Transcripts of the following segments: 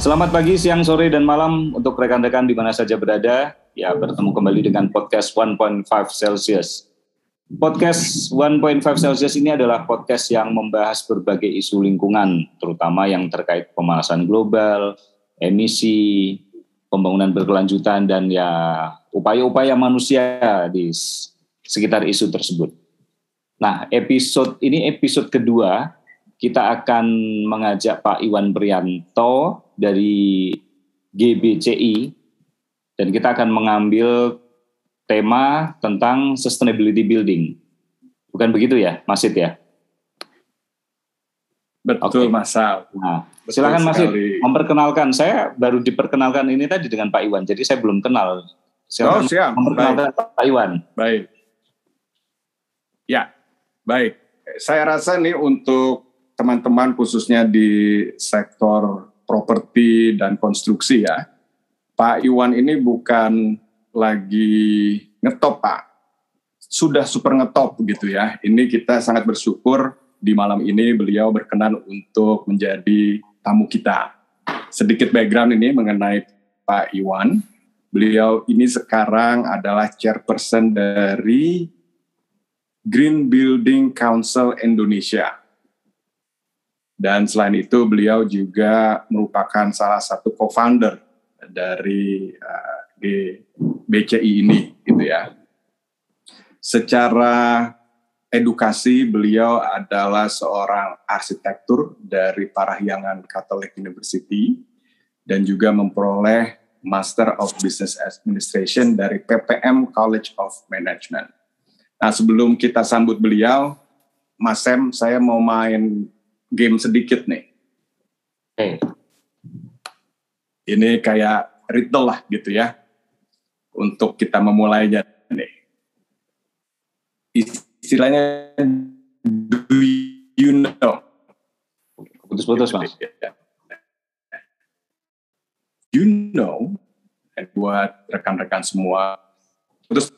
Selamat pagi, siang, sore, dan malam untuk rekan-rekan di mana saja berada. Ya, bertemu kembali dengan podcast 1.5 Celsius. Podcast 1.5 Celsius ini adalah podcast yang membahas berbagai isu lingkungan, terutama yang terkait pemanasan global, emisi, pembangunan berkelanjutan, dan ya upaya-upaya manusia di sekitar isu tersebut. Nah, episode kedua. Kita akan mengajak Pak Iwan Prianto dari GBCI dan kita akan mengambil tema tentang sustainability building. Bukan begitu ya, Mas Sid ya? Betul, Mas Sal. Nah, silakan Mas Sid memperkenalkan. Saya baru diperkenalkan ini tadi dengan Pak Iwan, jadi saya belum kenal. Silakan memperkenalkan Pak Iwan. Baik. Ya, baik. Saya rasa nih untuk teman-teman khususnya di sektor properti dan konstruksi ya, Pak Iwan ini bukan lagi ngetop Pak, sudah super ngetop gitu ya. Ini kita sangat bersyukur di malam ini beliau berkenan untuk menjadi tamu kita. Sedikit background ini mengenai Pak Iwan, beliau ini sekarang adalah chairperson dari Green Building Council Indonesia. Dan selain itu beliau juga merupakan salah satu co-founder dari BCI ini, gitu ya. Secara edukasi beliau adalah seorang arsitektur dari Parahyangan Catholic University dan juga memperoleh Master of Business Administration dari PPM College of Management. Nah, sebelum kita sambut beliau, Mas Sam, saya mau main game sedikit nih. Ini kayak riddle lah gitu ya. Untuk kita memulainya nih. Istilahnya do you know? Putus-putus, Mas. You know, buat rekan-rekan semua. Putus.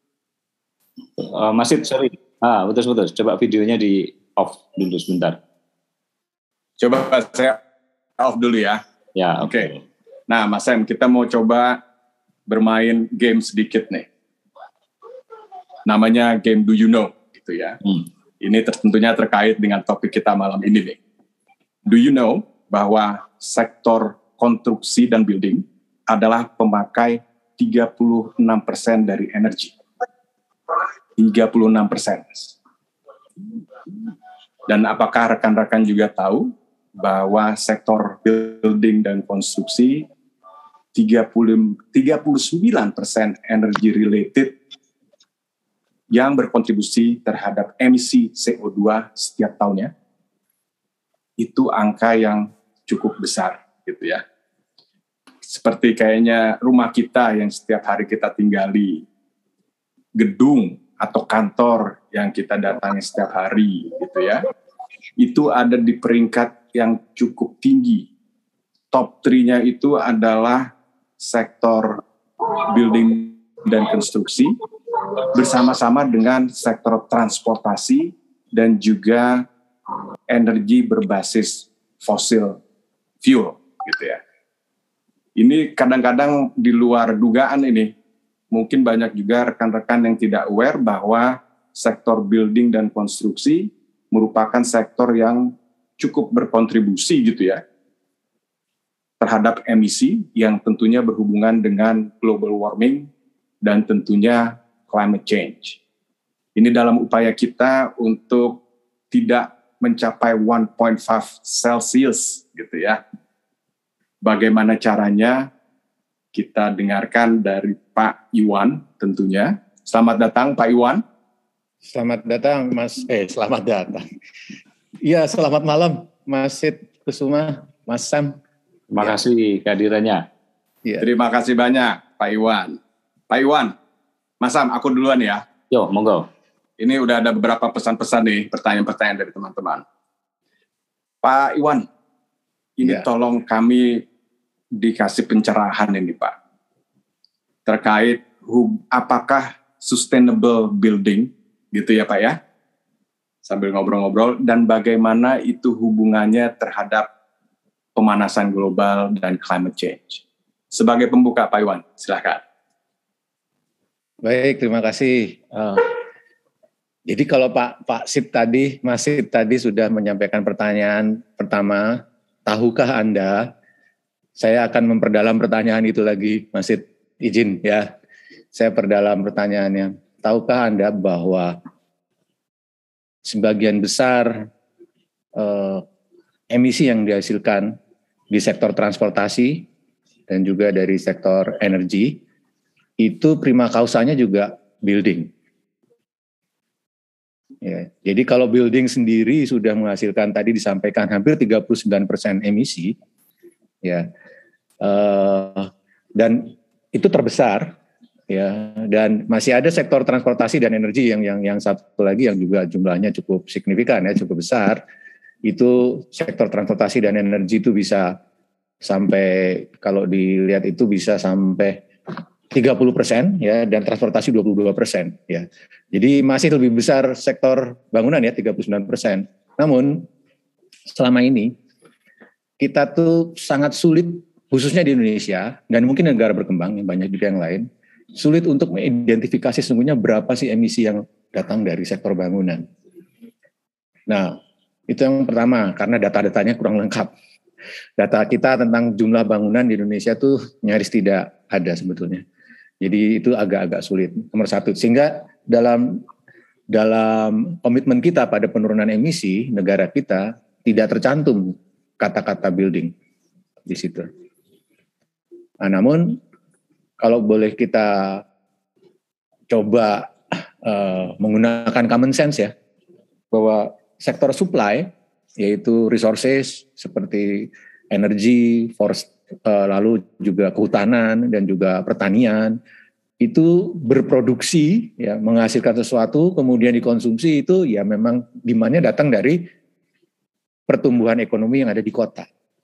Mas Sid, sorry. Putus-putus. Coba videonya di off dulu sebentar. Coba saya off dulu ya. Ya, oke. Okay. Nah, Mas Sam, kita mau coba bermain game sedikit nih. Namanya game Do You Know, gitu ya. Ini tentunya terkait dengan topik kita malam ini nih. Do you know bahwa sektor konstruksi dan building adalah pemakai 36% dari energi. 36%. Dan apakah rekan-rekan juga tahu bahwa sektor building dan konstruksi 39% energi related yang berkontribusi terhadap emisi CO2 setiap tahunnya? Itu angka yang cukup besar gitu ya. Seperti kayaknya rumah kita yang setiap hari kita tinggali, gedung atau kantor yang kita datangi setiap hari gitu ya. Itu ada di peringkat yang cukup tinggi. Top 3-nya itu adalah sektor building dan konstruksi bersama-sama dengan sektor transportasi dan juga energi berbasis fosil fuel gitu ya. Ini kadang-kadang di luar dugaan ini. Mungkin banyak juga rekan-rekan yang tidak aware bahwa sektor building dan konstruksi merupakan sektor yang cukup berkontribusi gitu ya terhadap emisi yang tentunya berhubungan dengan global warming dan tentunya climate change. Ini dalam upaya kita untuk tidak mencapai 1.5 Celsius gitu ya. Bagaimana caranya? Kita dengarkan dari Pak Iwan tentunya. Selamat datang Pak Iwan. Selamat datang Mas. Selamat datang. Iya, selamat malam Mas Sid Kusuma, Mas Sam. Terima kasih kehadirannya. Ya. Terima kasih banyak Pak Iwan. Pak Iwan, Mas Sam, aku duluan ya. Yo, monggo. Ini udah ada beberapa pesan-pesan nih, pertanyaan-pertanyaan dari teman-teman. Pak Iwan, ini tolong kami dikasih pencerahan ini Pak. Terkait apakah sustainable building, gitu ya Pak ya? Sambil ngobrol-ngobrol, dan bagaimana itu hubungannya terhadap pemanasan global dan climate change. Sebagai pembuka, Pak Iwan, silakan. Baik, terima kasih. Jadi kalau Mas Sid tadi sudah menyampaikan pertanyaan pertama, tahukah Anda? Saya akan memperdalam pertanyaan itu lagi, Mas Sid, izin ya. Saya perdalam pertanyaannya. Tahukah Anda bahwa sebagian besar emisi yang dihasilkan di sektor transportasi dan juga dari sektor energi, itu prima causanya juga building. Ya, jadi kalau building sendiri sudah menghasilkan tadi disampaikan hampir 39% emisi, ya, dan itu terbesar, ya, dan masih ada sektor transportasi dan energi yang satu lagi yang juga jumlahnya cukup signifikan, ya, cukup besar. Itu sektor transportasi dan energi itu bisa sampai, kalau dilihat itu bisa sampai 30%, ya, dan transportasi 22%, ya. Jadi masih lebih besar sektor bangunan, ya, 39%. Namun selama ini kita tuh sangat sulit, khususnya di Indonesia dan mungkin negara berkembang yang banyak juga yang lain, sulit untuk mengidentifikasi sesungguhnya berapa sih emisi yang datang dari sektor bangunan. Nah, itu yang pertama, karena data-datanya kurang lengkap. Data kita tentang jumlah bangunan di Indonesia tuh nyaris tidak ada sebetulnya. Jadi itu agak-agak sulit. Nomor satu, sehingga dalam komitmen kita pada penurunan emisi negara kita tidak tercantum kata-kata building di situ. Nah, namun kalau boleh kita coba menggunakan common sense, ya, bahwa sektor supply, yaitu resources seperti energi, forest, lalu juga kehutanan dan juga pertanian, itu berproduksi, ya, menghasilkan sesuatu kemudian dikonsumsi, itu ya memang demand-nya datang dari pertumbuhan ekonomi yang ada di kota.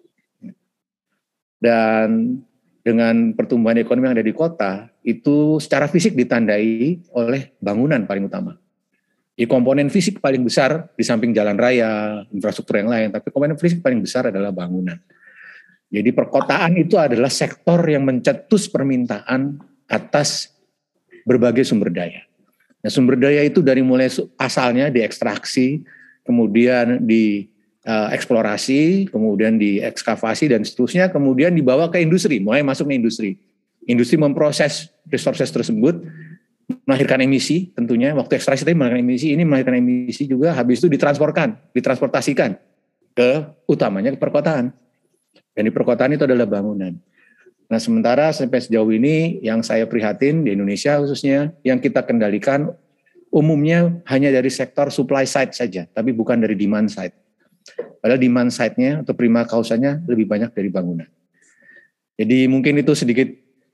Dan dengan pertumbuhan ekonomi yang ada di kota itu secara fisik ditandai oleh bangunan paling utama. Di komponen fisik paling besar di samping jalan raya, infrastruktur yang lain, tapi komponen fisik paling besar adalah bangunan. Jadi perkotaan itu adalah sektor yang mencetus permintaan atas berbagai sumber daya. Nah, sumber daya itu dari mulai asalnya diekstraksi, kemudian dieksplorasi, kemudian diekskavasi dan seterusnya, kemudian dibawa ke industri, mulai masuk ke industri. Industri memproses resources tersebut, melahirkan emisi tentunya, waktu ekstraksi tadi melahirkan emisi, ini melahirkan emisi juga, habis itu ditransportasikan ke utamanya ke perkotaan. Dan di perkotaan itu adalah bangunan. Nah, sementara sampai sejauh ini yang saya prihatin di Indonesia khususnya, yang kita kendalikan umumnya hanya dari sektor supply side saja, tapi bukan dari demand side. Padahal demand side-nya atau prima causanya lebih banyak dari bangunan. Jadi mungkin itu sedikit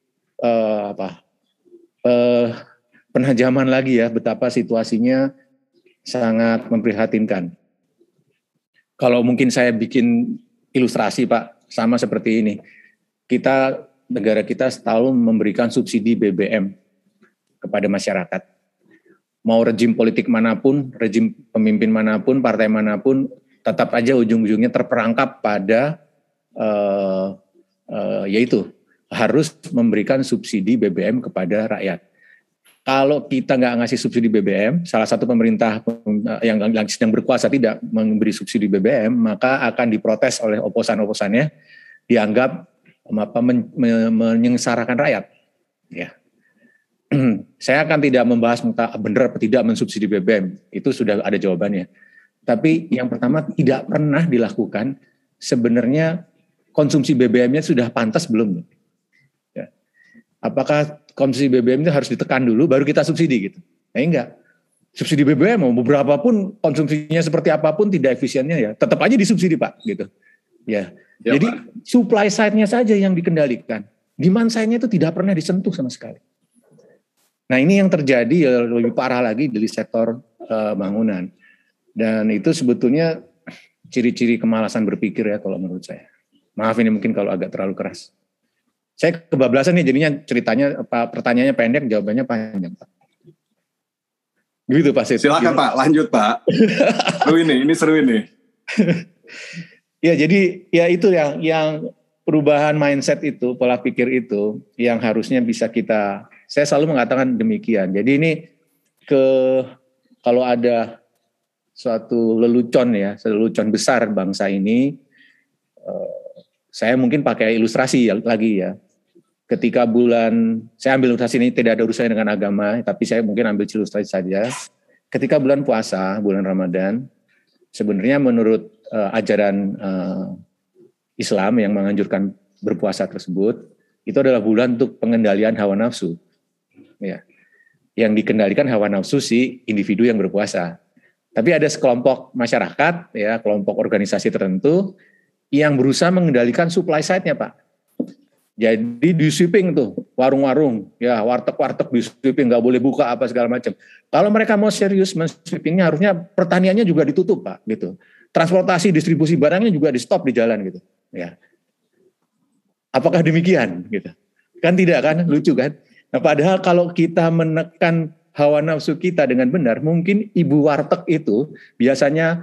penajaman lagi, ya, betapa situasinya sangat memprihatinkan. Kalau mungkin saya bikin ilustrasi, Pak, sama seperti ini. Negara kita selalu memberikan subsidi BBM kepada masyarakat. Mau rejim politik manapun, rejim pemimpin manapun, partai manapun, tetap aja ujung-ujungnya terperangkap pada yaitu harus memberikan subsidi BBM kepada rakyat. Kalau kita nggak ngasih subsidi BBM, salah satu pemerintah yang berkuasa tidak memberi subsidi BBM, maka akan diprotes oleh oposan-oposannya, dianggap menyengsarakan rakyat. Ya. Saya akan tidak membahas benar atau tidak mensubsidi BBM, itu sudah ada jawabannya. Tapi yang pertama, tidak pernah dilakukan sebenarnya konsumsi BBM-nya sudah pantas belum? Ya. Apakah konsumsi BBM itu harus ditekan dulu baru kita subsidi gitu? Nah, enggak. Subsidi BBM mau beberapa pun konsumsinya seperti apapun tidak efisiennya, ya tetap aja disubsidi, Pak, gitu. Ya. Ya, jadi Pak, supply side-nya saja yang dikendalikan. Demand side-nya itu tidak pernah disentuh sama sekali. Nah, ini yang terjadi, ya, lebih parah lagi di sektor bangunan. Dan itu sebetulnya ciri-ciri kemalasan berpikir, ya, kalau menurut saya. Maaf ini mungkin kalau agak terlalu keras. Saya kebablasan nih jadinya ceritanya, pertanyaannya pendek, jawabannya panjang, Pak. Gitu, Pak Sid. Silakan, Pak, lanjut, Pak. Seru ini seru ini. Ya, jadi ya itu yang perubahan mindset itu, pola pikir itu yang harusnya bisa saya selalu mengatakan demikian. Jadi ini kalau ada suatu lelucon besar bangsa ini, saya mungkin pakai ilustrasi lagi ya. Ketika saya ambil ilustrasi ini tidak ada urusannya dengan agama, tapi saya mungkin ambil ilustrasi saja. Ketika bulan puasa, bulan Ramadan, sebenarnya menurut ajaran Islam yang menganjurkan berpuasa tersebut, itu adalah bulan untuk pengendalian hawa nafsu. Ya. Yang dikendalikan hawa nafsu si individu yang berpuasa. Tapi ada sekelompok masyarakat, ya, kelompok organisasi tertentu yang berusaha mengendalikan supply side-nya, Pak. Jadi di sweeping tuh, warung-warung, ya warteg-warteg di sweeping, nggak boleh buka apa segala macam. Kalau mereka mau serius men-sweepingnya, harusnya pertaniannya juga ditutup, Pak, gitu. Transportasi, distribusi barangnya juga di stop di jalan, gitu. Ya, apakah demikian, gitu? Kan tidak, kan? Lucu kan? Nah, padahal kalau kita menekan hawa nafsu kita dengan benar, mungkin ibu warteg itu biasanya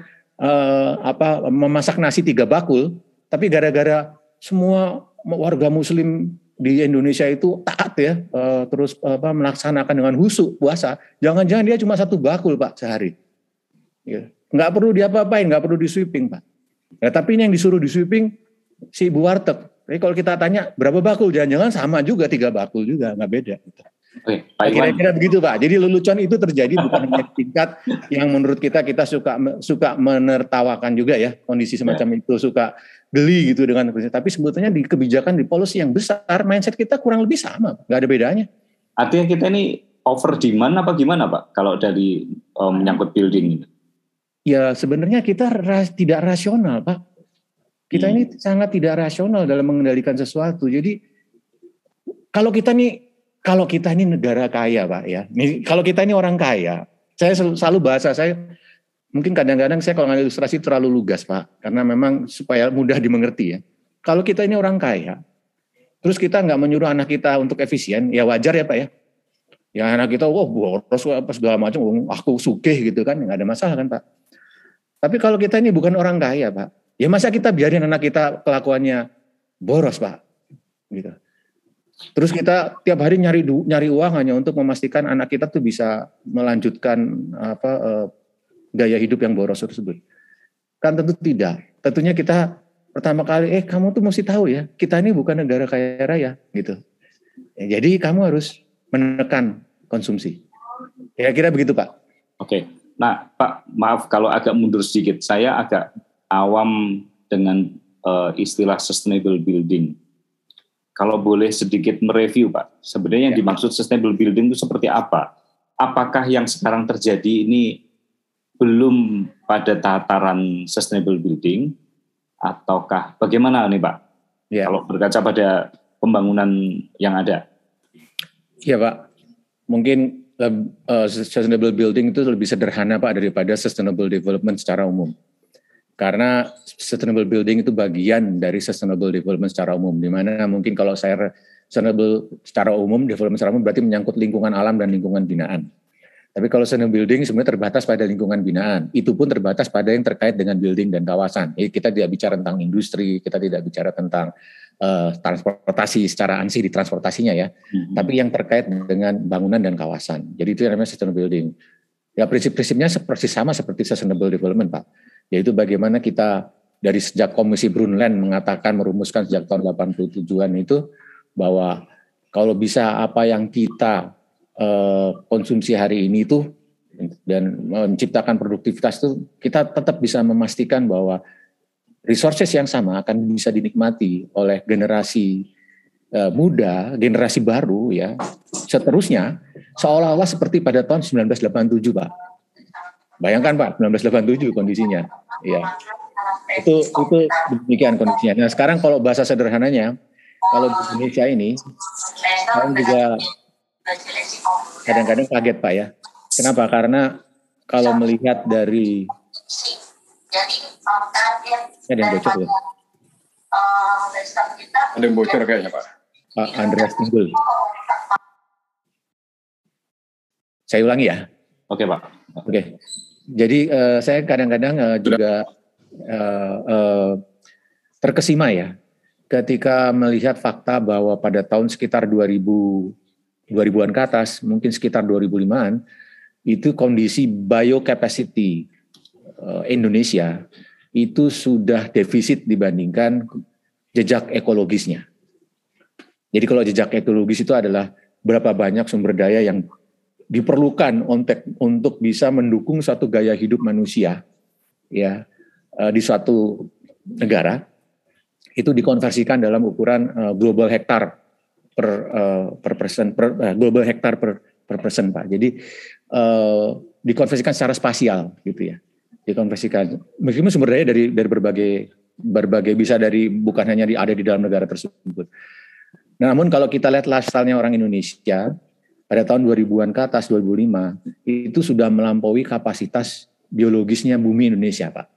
memasak nasi 3 bakul, tapi gara-gara semua warga Muslim di Indonesia itu taat ya, terus melaksanakan dengan khusyuk puasa. Jangan-jangan dia cuma 1 bakul, Pak, sehari. Ya. Nggak perlu diapa-apain, nggak perlu di sweeping, Pak. Ya, tapi ini yang disuruh di sweeping si ibu warteg. Jadi kalau kita tanya berapa bakul, jangan-jangan sama juga 3 bakul juga, nggak beda. Oke, Pak Iwan. Kira-kira begitu, Pak. Jadi lelucon itu terjadi bukan hanya tingkat yang menurut kita suka menertawakan juga ya, kondisi semacam itu, suka geli gitu dengan, tapi sebetulnya di kebijakan, di policy yang besar, mindset kita kurang lebih sama, nggak ada bedanya. Artinya kita ini over demand apa gimana, Pak, kalau dari menyangkut building ini? Ya sebenarnya kita tidak rasional, Pak. Kita ini sangat tidak rasional dalam mengendalikan sesuatu. Jadi kalau kita ini negara kaya, Pak, ya. Kalau kita ini orang kaya, saya selalu bahasa saya, mungkin kadang-kadang saya kalau ngambil ilustrasi terlalu lugas, Pak, karena memang supaya mudah dimengerti ya. Kalau kita ini orang kaya, terus kita nggak menyuruh anak kita untuk efisien, ya wajar ya, Pak ya. Ya anak kita, boros apa segala macam, aku sugih gitu kan, nggak ada masalah kan, Pak. Tapi kalau kita ini bukan orang kaya, Pak, ya masa kita biarin anak kita kelakuannya boros, Pak, gitu. Terus kita tiap hari nyari uang hanya untuk memastikan anak kita tuh bisa melanjutkan gaya hidup yang boros tersebut. Kan tentu tidak. Tentunya kita pertama kali, kamu tuh mesti tahu ya, kita ini bukan negara kaya raya, gitu. Ya, jadi kamu harus menekan konsumsi. Kira-kira begitu, Pak. Oke. Nah, Pak, maaf kalau agak mundur sedikit. Saya agak awam dengan istilah sustainable building. Kalau boleh sedikit mereview, Pak, sebenarnya yang dimaksud sustainable building itu seperti apa? Apakah yang sekarang terjadi ini belum pada tataran sustainable building, ataukah bagaimana nih, Pak? Ya. Kalau berkaca pada pembangunan yang ada. Iya, Pak. Mungkin sustainable building itu lebih sederhana, Pak, daripada sustainable development secara umum. Karena sustainable building itu bagian dari sustainable development secara umum, di mana mungkin kalau saya sustainable secara umum, development secara umum berarti menyangkut lingkungan alam dan lingkungan binaan. Tapi kalau sustainable building sebenarnya terbatas pada lingkungan binaan, itu pun terbatas pada yang terkait dengan building dan kawasan. Kita tidak bicara tentang industri, kita tidak bicara tentang transportasi secara ansih di transportasinya ya, tapi yang terkait dengan bangunan dan kawasan. Jadi itu yang namanya sustainable building. Ya prinsip-prinsipnya sama seperti sustainable development, Pak. Yaitu bagaimana kita dari sejak Komisi Brundtland merumuskan sejak tahun 87-an itu bahwa kalau bisa apa yang kita konsumsi hari ini itu dan menciptakan produktivitas itu, kita tetap bisa memastikan bahwa resources yang sama akan bisa dinikmati oleh generasi muda, generasi baru ya, seterusnya seolah-olah seperti pada tahun 1987, Pak. Bayangkan, Pak, 1987 kondisinya. Ya. Itu demikian kondisinya. Nah, sekarang kalau bahasa sederhananya, kalau di Indonesia ini saya juga kadang-kadang kaget, Pak ya. Kenapa? Karena kalau melihat dari ada yang bocor ya? Ada yang bocor kayaknya, Pak. Pak Andreas Tinggul. Saya ulangi ya. Oke, Pak. Oke. Jadi saya kadang-kadang juga terkesima ya ketika melihat fakta bahwa pada tahun sekitar 2000-an ke atas, mungkin sekitar 2005-an, itu kondisi biocapacity Indonesia itu sudah defisit dibandingkan jejak ekologisnya. Jadi kalau jejak ekologis itu adalah berapa banyak sumber daya yang diperlukan untuk bisa mendukung suatu gaya hidup manusia ya di suatu negara, itu dikonversikan dalam ukuran global hektar per person Pak. Jadi dikonversikan secara spasial gitu ya. Dikonversikan. Meskipun sumber daya dari berbagai bisa dari bukan hanya ada di dalam negara tersebut. Namun kalau kita lihat lifestyle-nya orang Indonesia pada tahun 2000-an ke atas 2005 itu sudah melampaui kapasitas biologisnya bumi Indonesia, Pak.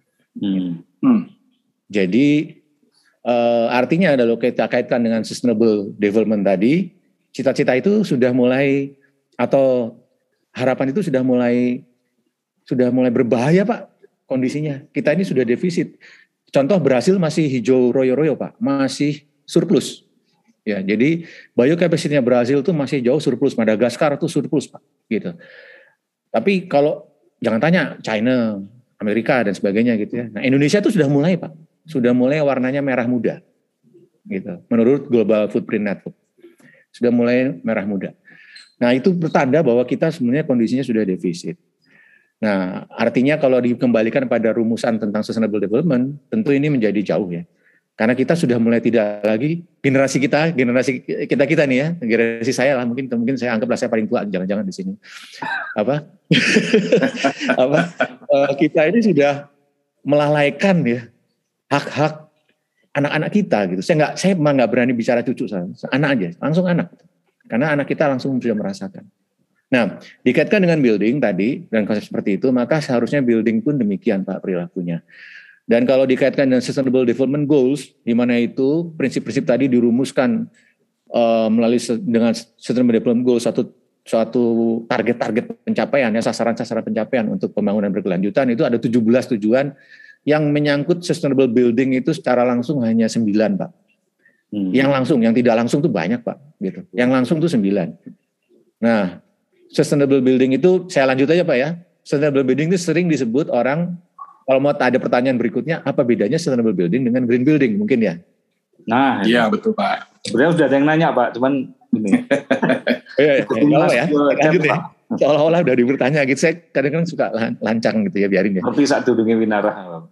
Jadi artinya kalau kita kaitkan dengan sustainable development tadi, cita-cita itu sudah mulai atau harapan itu sudah mulai berbahaya, Pak, kondisinya. Kita ini sudah defisit. Contoh Brasil masih hijau royo-royo, Pak, masih surplus. Ya, jadi biocapacity-nya Brasil itu masih jauh surplus, Madagaskar itu surplus, Pak, gitu. Tapi kalau jangan tanya China, Amerika dan sebagainya gitu ya. Nah, Indonesia itu sudah mulai, Pak. Sudah mulai warnanya merah muda. Gitu. Menurut Global Footprint Network. Sudah mulai merah muda. Nah, itu bertanda bahwa kita sebenarnya kondisinya sudah defisit. Nah, artinya kalau dikembalikan pada rumusan tentang sustainable development, tentu ini menjadi jauh ya. Karena kita sudah mulai tidak lagi generasi kita nih ya, generasi saya lah, mungkin saya anggaplah saya paling tua, jangan-jangan di sini. Kita ini sudah melalaikan ya hak-hak anak-anak kita gitu. Saya memang nggak berani bicara cucu saya, anak aja, langsung anak. Karena anak kita langsung sudah merasakan. Nah, dikaitkan dengan building tadi dan konsep seperti itu, maka seharusnya building pun demikian Pak perilakunya. Dan kalau dikaitkan dengan Sustainable Development Goals, di mana itu prinsip-prinsip tadi dirumuskan melalui dengan Sustainable Development Goals suatu target-target pencapaian, ya, sasaran-sasaran pencapaian untuk pembangunan berkelanjutan, itu ada 17 tujuan yang menyangkut Sustainable Building itu secara langsung hanya 9, Pak. Yang tidak langsung itu banyak, Pak. Gitu. Yang langsung itu 9. Nah, Sustainable Building itu, saya lanjut aja Pak ya. Sustainable Building itu sering disebut orang, kalau mau ada pertanyaan berikutnya, apa bedanya Sustainable Building dengan Green Building mungkin ya? Nah, iya betul Pak. Sebenarnya sudah ada yang nanya Pak, cuman ini. Lanjut ya. Seolah-olah udah bertanya gitu, saya kadang-kadang suka lancang gitu ya, biarin ya. Seperti saat duduknya Winara.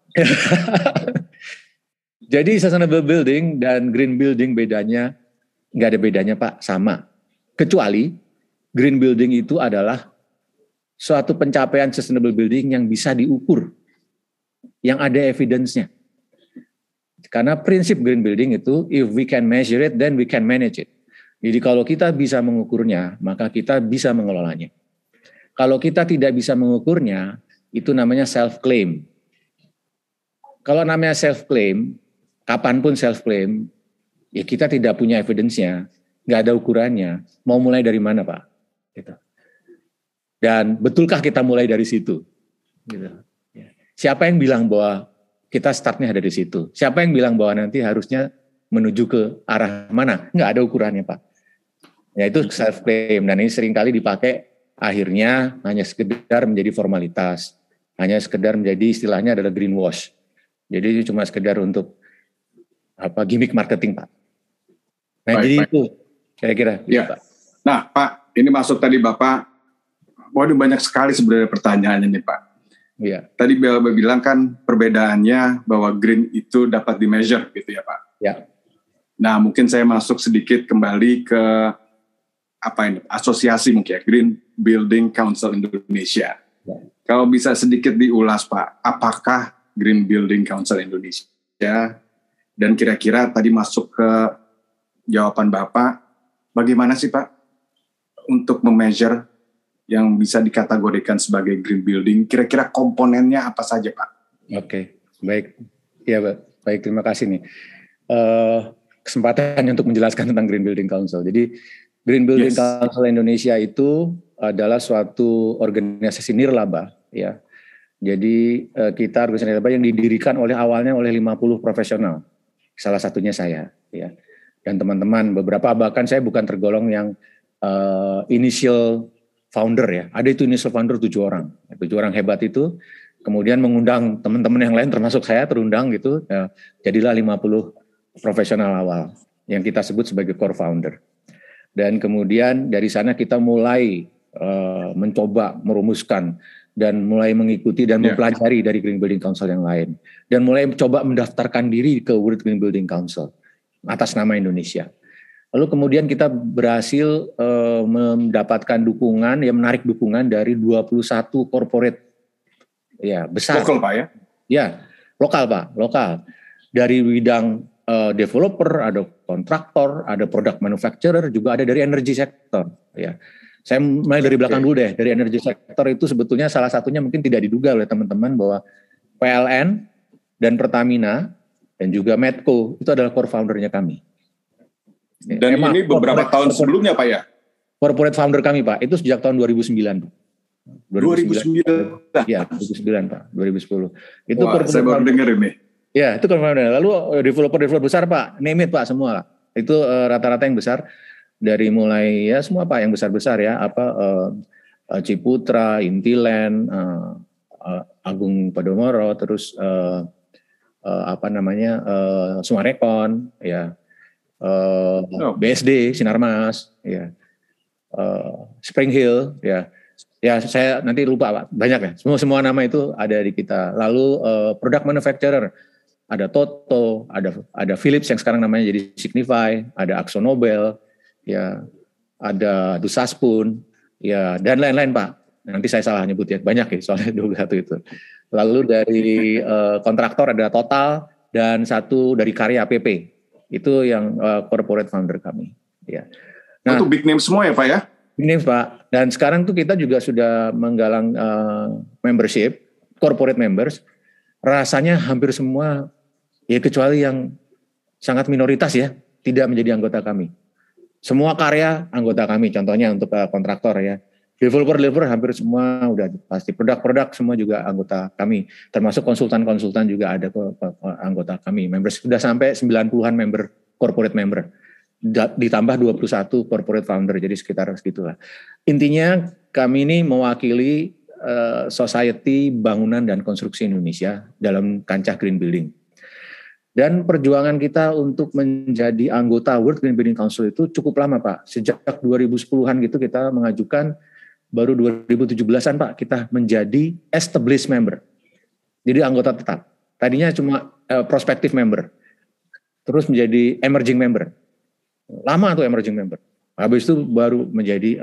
Jadi Sustainable Building dan Green Building bedanya, nggak ada bedanya Pak, sama. Kecuali Green Building itu adalah suatu pencapaian Sustainable Building yang bisa diukur, yang ada evidence-nya. Karena prinsip Green Building itu, if we can measure it, then we can manage it. Jadi kalau kita bisa mengukurnya, maka kita bisa mengelolanya. Kalau kita tidak bisa mengukurnya, itu namanya self-claim. Kalau namanya self-claim, kapanpun self-claim, ya kita tidak punya evidence-nya, nggak ada ukurannya, mau mulai dari mana Pak? Gitu. Dan betulkah kita mulai dari situ? Gitu. Siapa yang bilang bahwa kita startnya ada di situ? Siapa yang bilang bahwa nanti harusnya menuju ke arah mana? Nggak ada ukurannya Pak. Ya itu self-claim, dan ini seringkali dipakai akhirnya hanya sekedar menjadi formalitas, hanya sekedar menjadi istilahnya adalah greenwash. Jadi cuma sekedar untuk gimmick marketing Pak. Nah baik, jadi baik. Itu kira-kira. Ya. Pak. Nah Pak, ini masuk tadi Bapak, waduh banyak sekali sebenarnya pertanyaannya nih Pak. Iya. Tadi Bapak bilang kan perbedaannya bahwa green itu dapat di-measure gitu ya Pak. Ya. Nah mungkin saya masuk sedikit kembali ke asosiasi mungkin ya, Green Building Council Indonesia. Ya. Kalau bisa sedikit diulas Pak, apakah Green Building Council Indonesia, dan kira-kira tadi masuk ke jawaban Bapak, bagaimana sih Pak untuk memeasure yang bisa dikategorikan sebagai green building, kira-kira komponennya apa saja Pak? Oke, baik. Ya Pak, baik, terima kasih nih. Kesempatan untuk menjelaskan tentang Green Building Council. Jadi Green Building Council Indonesia itu adalah suatu organisasi nirlaba ya, Jadi kita organisasi laba yang didirikan awalnya oleh 50 profesional. Salah satunya saya, ya. Dan teman-teman beberapa, bahkan saya bukan tergolong yang initial founder ya. Ada itu initial founder 7 orang. 7 orang hebat itu kemudian mengundang teman-teman yang lain termasuk saya terundang gitu. Ya, jadilah 50 profesional awal yang kita sebut sebagai core founder. Dan kemudian dari sana kita mulai mencoba merumuskan dan mulai mengikuti dan mempelajari dari Green Building Council yang lain. Dan mulai coba mendaftarkan diri ke World Green Building Council atas nama Indonesia. Lalu kemudian kita berhasil mendapatkan dukungan, menarik dukungan dari 21 corporate ya besar. Lokal Pak ya? Ya, lokal Pak, lokal. Dari bidang developer, ada kontraktor, ada product manufacturer, juga ada dari energy sector. Ya. Saya mulai dari belakang dulu deh. Dari energy sector itu sebetulnya salah satunya mungkin tidak diduga oleh teman-teman bahwa PLN dan Pertamina dan juga Medco itu adalah core foundernya kami. Dan ini beberapa tahun sebelumnya Pak ya? Corporate founder kami Pak, itu sejak tahun 2009 Pak. 2009? Ya, 2009 Pak, 2010. Itu wah, saya baru dengar ini. Ya, itu core founder. Lalu developer besar Pak, name it Pak, semua. Itu rata-rata yang besar. Dari mulai ya semua Pak yang besar-besar ya, Ciputra, Intiland, Agung Podomoro, terus Sumarekon, ya, BSD, Sinarmas, ya, Spring Hill, ya, saya nanti lupa Pak, banyak ya, semua nama itu ada di kita. Lalu product manufacturer, ada Toto, ada Philips yang sekarang namanya jadi Signify, ada AkzoNobel, ya, ada Dusaspun, ya, dan lain-lain Pak. Nanti saya salah nyebut ya, banyak ya soalnya 21 itu. Lalu dari kontraktor ada Total dan satu dari Karya PP. Itu yang corporate founder kami. Ya. Nah, itu big name semua ya Pak ya? Big name Pak. Dan sekarang tuh kita juga sudah menggalang membership, corporate members. Rasanya hampir semua, ya kecuali yang sangat minoritas ya, tidak menjadi anggota kami. Semua Karya anggota kami, contohnya untuk kontraktor ya. Developer hampir semua udah pasti. Produk semua juga anggota kami. Termasuk konsultan juga ada anggota kami. Members sudah sampai 90-an member, corporate member. Ditambah 21 corporate founder, jadi sekitar segitulah. Intinya kami ini mewakili society bangunan dan konstruksi Indonesia dalam kancah green building. Dan perjuangan kita untuk menjadi anggota World Green Building Council itu cukup lama Pak. Sejak 2010-an gitu kita mengajukan, baru 2017-an Pak kita menjadi established member. Jadi anggota tetap. Tadinya cuma prospective member. Terus menjadi emerging member. Lama tuh emerging member. Habis itu baru menjadi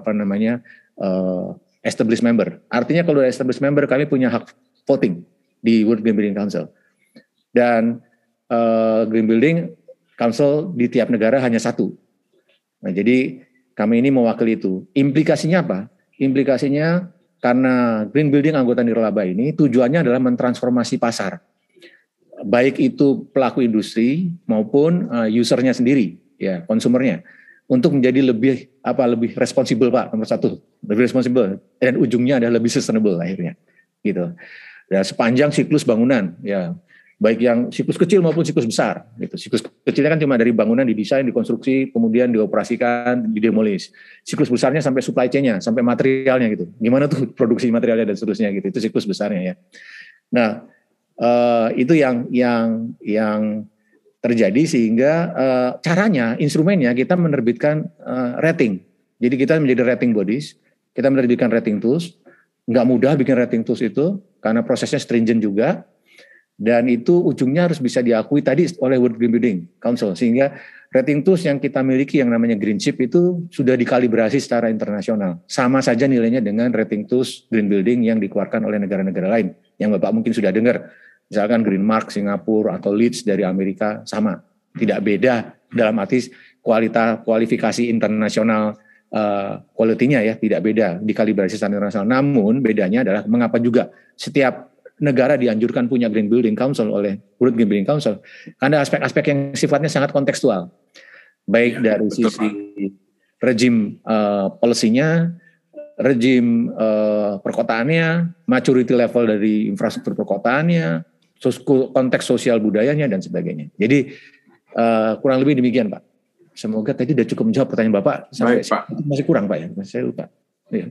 established member. Artinya kalau established member kami punya hak voting di World Green Building Council. Dan Green Building Council di tiap negara hanya satu. Nah, jadi kami ini mewakili itu. Implikasinya apa? Implikasinya karena Green Building anggota nirlaba ini tujuannya adalah mentransformasi pasar. Baik itu pelaku industri maupun usernya sendiri, ya, konsumernya, untuk menjadi lebih responsible Pak, nomor satu, lebih responsible, dan ujungnya adalah lebih sustainable akhirnya, gitu. Dan sepanjang siklus bangunan, ya, baik yang siklus kecil maupun siklus besar. Gitu. Siklus kecilnya kan cuma dari bangunan didesain, dikonstruksi, kemudian dioperasikan, didemolis. Siklus besarnya sampai supply chain-nya, sampai materialnya gitu. Gimana tuh produksi materialnya dan seterusnya gitu. Itu siklus besarnya ya. Nah, itu yang terjadi sehingga caranya, instrumennya kita menerbitkan rating. Jadi kita menjadi rating bodies, kita menerbitkan rating tools. Nggak mudah bikin rating tools itu karena prosesnya stringent juga. Dan itu ujungnya harus bisa diakui tadi oleh World Green Building Council. Sehingga rating tools yang kita miliki yang namanya Green Chip itu sudah dikalibrasi secara internasional. Sama saja nilainya dengan rating tools Green Building yang dikeluarkan oleh negara-negara lain. Yang Bapak mungkin sudah dengar. Misalkan Green Mark Singapura atau LEED dari Amerika sama. Tidak beda dalam arti kualifikasi internasional quality-nya ya. Tidak beda dikalibrasi secara internasional. Namun bedanya adalah mengapa juga setiap negara dianjurkan punya Green Building Council oleh World Green Building Council karena aspek-aspek yang sifatnya sangat kontekstual, baik dari sisi rejim policy-nya, rejim perkotaannya, maturity level dari infrastruktur perkotaannya, konteks sosial budayanya dan sebagainya. Jadi kurang lebih demikian Pak. Semoga tadi sudah cukup menjawab pertanyaan Bapak. Sampai Baik, Pak. Masih kurang Pak ya, saya lupa. Ya.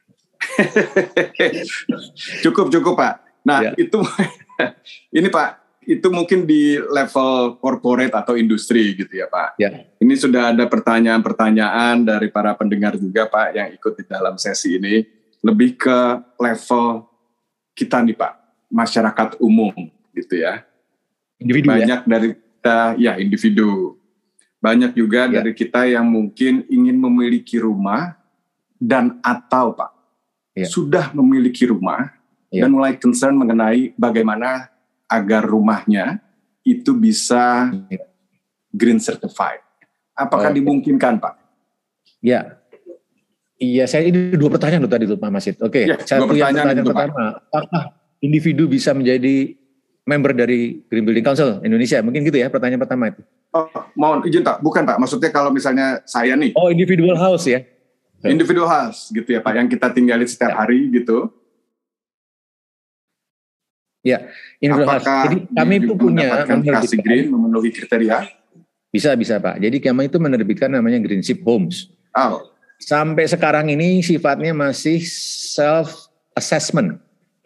Cukup Pak. Nah, Ya. itu ini Pak, itu mungkin di level corporate atau industri gitu ya Pak. Ya. Ini sudah ada pertanyaan-pertanyaan dari para pendengar juga Pak yang ikut di dalam sesi ini. Lebih ke level kita nih Pak, masyarakat umum gitu ya. Individu Banyak dari kita, ya individu. Banyak juga dari kita yang mungkin ingin memiliki rumah dan atau Pak, sudah memiliki rumah dan mulai concern mengenai bagaimana agar rumahnya itu bisa green certified. Apakah dimungkinkan Pak? Ya, iya saya ini 2 pertanyaan loh tadi tuh Pak Masid. Oke, ya, satu yang pertanyaan pertama, apakah individu bisa menjadi member dari Green Building Council Indonesia? Mungkin gitu ya pertanyaan pertama itu. Oh, mohon izin Pak, bukan Pak, maksudnya kalau misalnya saya nih. Oh, individual house ya? Individual house gitu ya Pak, yang kita tinggali setiap hari gitu. Ya, individual house. Jadi kami itu punya kasih green memenuhi kriteria. Bisa Pak. Jadi kami itu menerbitkan namanya Greenship Homes. Oh. Sampai sekarang ini sifatnya masih self assessment.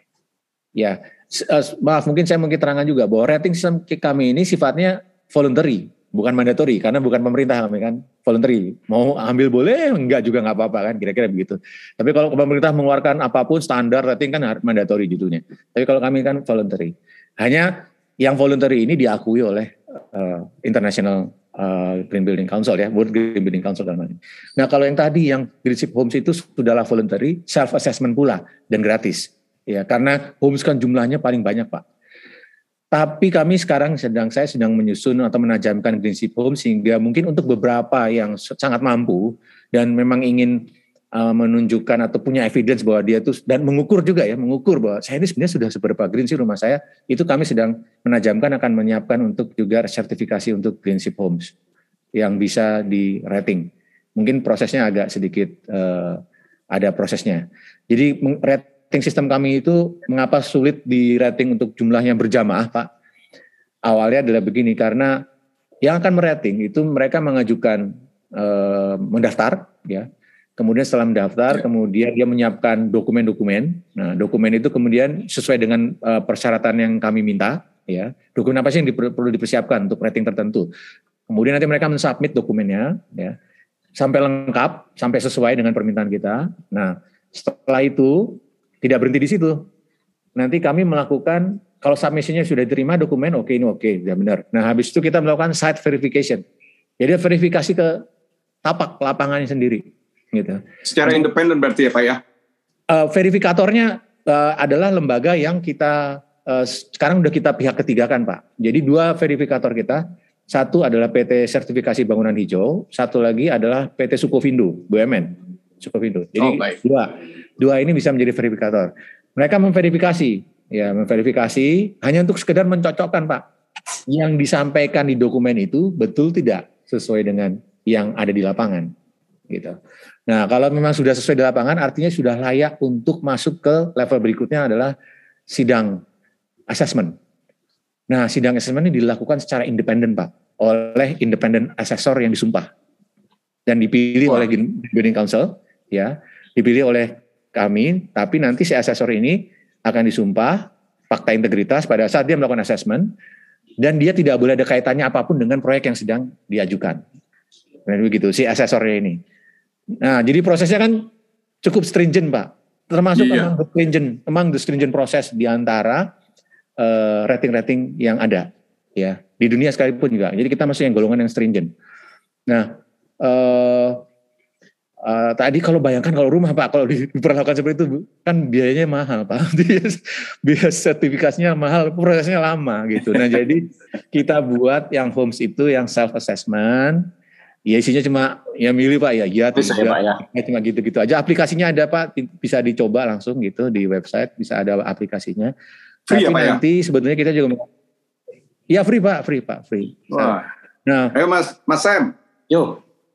Ya, maaf mungkin saya terangkan juga bahwa rating sistem kami ini sifatnya voluntary, bukan mandatory, karena bukan pemerintah kami kan, voluntary. Mau ambil boleh, enggak juga nggak apa-apa kan, kira-kira begitu. Tapi kalau pemerintah mengeluarkan apapun standar rating kan mandatory judulnya. Tapi kalau kami kan voluntary. Hanya yang voluntary ini diakui oleh International Green Building Council ya, World Green Building Council dalam hal ini. Nah kalau yang tadi yang Greenship Homes itu sudahlah voluntary, self assessment pula dan gratis. Ya, karena homes kan jumlahnya paling banyak Pak. Tapi kami sekarang saya sedang menyusun atau menajamkan Greenship Homes sehingga mungkin untuk beberapa yang sangat mampu dan memang ingin menunjukkan atau punya evidence bahwa dia itu dan mengukur bahwa saya ini sebenarnya sudah seberapa green sih rumah saya, itu kami sedang menajamkan akan menyiapkan untuk juga sertifikasi untuk Greenship Homes yang bisa di rating. Mungkin prosesnya agak sedikit ada prosesnya. Jadi rating sistem kami itu mengapa sulit di rating untuk jumlah yang berjamaah Pak? Awalnya adalah begini, karena yang akan merating itu mereka mengajukan mendaftar ya. Kemudian setelah mendaftar, kemudian dia menyiapkan dokumen-dokumen. Nah, dokumen itu kemudian sesuai dengan persyaratan yang kami minta ya. Dokumen apa sih yang perlu dipersiapkan untuk rating tertentu. Kemudian nanti mereka mensubmit dokumennya ya. Sampai lengkap, sampai sesuai dengan permintaan kita. Nah, setelah itu tidak berhenti di situ. Nanti kami melakukan, kalau submission-nya sudah diterima dokumen, ini oke, sudah benar. Nah, habis itu kita melakukan site verification. Jadi verifikasi ke tapak lapangannya sendiri. Gitu. Secara independen berarti ya Pak ya? Verifikatornya adalah lembaga yang kita sekarang udah kita pihak ketiga kan Pak. Jadi 2 verifikator kita. Satu adalah PT Sertifikasi Bangunan Hijau. Satu lagi adalah PT Sukovindo, BUMN. Sukovindo. Jadi dua ini bisa menjadi verifikator. Mereka memverifikasi hanya untuk sekedar mencocokkan Pak. Yang disampaikan di dokumen itu betul tidak sesuai dengan yang ada di lapangan. Gitu. Nah kalau memang sudah sesuai di lapangan artinya sudah layak untuk masuk ke level berikutnya adalah sidang assessment. Nah sidang assessment ini dilakukan secara independen Pak, oleh independent assessor yang disumpah dan dipilih oleh Building Council ya, dipilih oleh kami, tapi nanti si asesor ini akan disumpah fakta integritas pada saat dia melakukan assessment dan dia tidak boleh ada kaitannya apapun dengan proyek yang sedang diajukan. Nah begitu si asesornya ini. Nah, jadi prosesnya kan cukup stringent, Pak. Termasuk among the stringent proses di antara rating-rating yang ada, ya di dunia sekalipun juga. Jadi kita masuk yang golongan yang stringent. Nah, tadi kalau bayangkan kalau rumah Pak, kalau diperlakukan seperti itu kan biayanya mahal Pak. Biaya sertifikasinya mahal, prosesnya lama gitu. Nah, jadi kita buat yang homes itu yang self assessment. Ya isinya cuma ya milih Pak ya tidak ya. Cuma gitu-gitu aja. Aplikasinya ada Pak, bisa dicoba langsung gitu di website, bisa ada aplikasinya. Free tapi ya, Pak, nanti sebetulnya kita juga ya free Pak. Wah. Nah, ayo Mas Sam. Yo.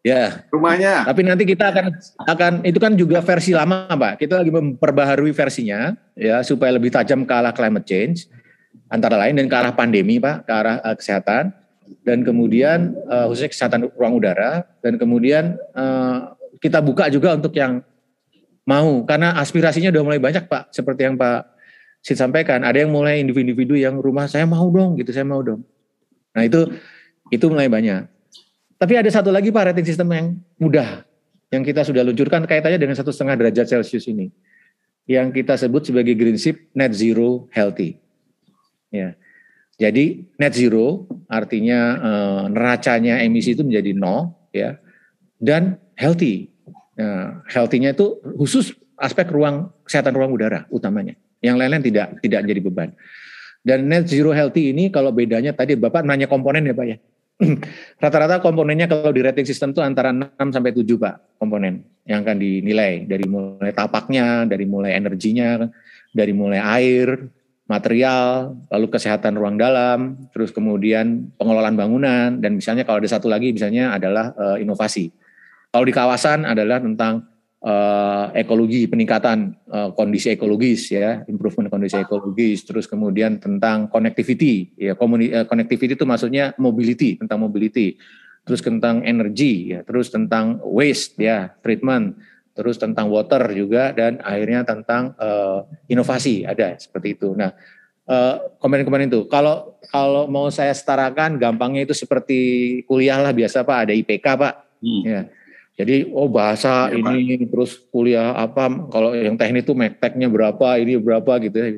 Ya. Rumahnya. Tapi nanti kita akan itu kan juga versi lama, Pak. Kita lagi memperbaharui versinya ya supaya lebih tajam ke arah climate change antara lain dan ke arah pandemi, Pak, ke arah kesehatan dan kemudian khususnya kesehatan ruang udara dan kemudian kita buka juga untuk yang mau karena aspirasinya udah mulai banyak, Pak. Seperti yang Pak Sid sampaikan, ada yang mulai individu yang rumah saya mau dong gitu, saya mau dong. Nah, itu mulai banyak. Tapi ada satu lagi Pak rating sistem yang mudah yang kita sudah luncurkan kaitannya dengan 1,5 derajat Celcius ini yang kita sebut sebagai Greenship Net Zero Healthy. Ya, jadi net zero artinya neracanya emisi itu menjadi 0 ya dan healthy. Nah, healthy-nya itu khusus aspek kesehatan ruang udara utamanya. Yang lain-lain tidak jadi beban. Dan net zero healthy ini kalau bedanya tadi Bapak nanya komponen ya Pak ya. Rata-rata komponennya kalau di rating system itu antara 6 sampai 7 Pak komponen yang akan dinilai dari mulai tapaknya, dari mulai energinya, dari mulai air, material, lalu kesehatan ruang dalam, terus kemudian pengelolaan bangunan dan misalnya kalau ada satu lagi misalnya adalah inovasi. Kalau di kawasan adalah tentang ekologi, peningkatan kondisi ekologis ya, improvement kondisi ekologis, terus kemudian tentang connectivity ya, connectivity itu maksudnya mobility, tentang mobility, terus tentang energi ya, terus tentang waste ya, treatment, terus tentang water juga dan akhirnya tentang inovasi ada seperti itu. Nah, komponen-komponen itu kalau mau saya setarakan gampangnya itu seperti kuliah lah biasa Pak, ada IPK Pak. Ya. Jadi bahasa ya, ini Pak. Terus kuliah apa kalau yang teknik itu MECTEC-nya berapa ini berapa gitu ya.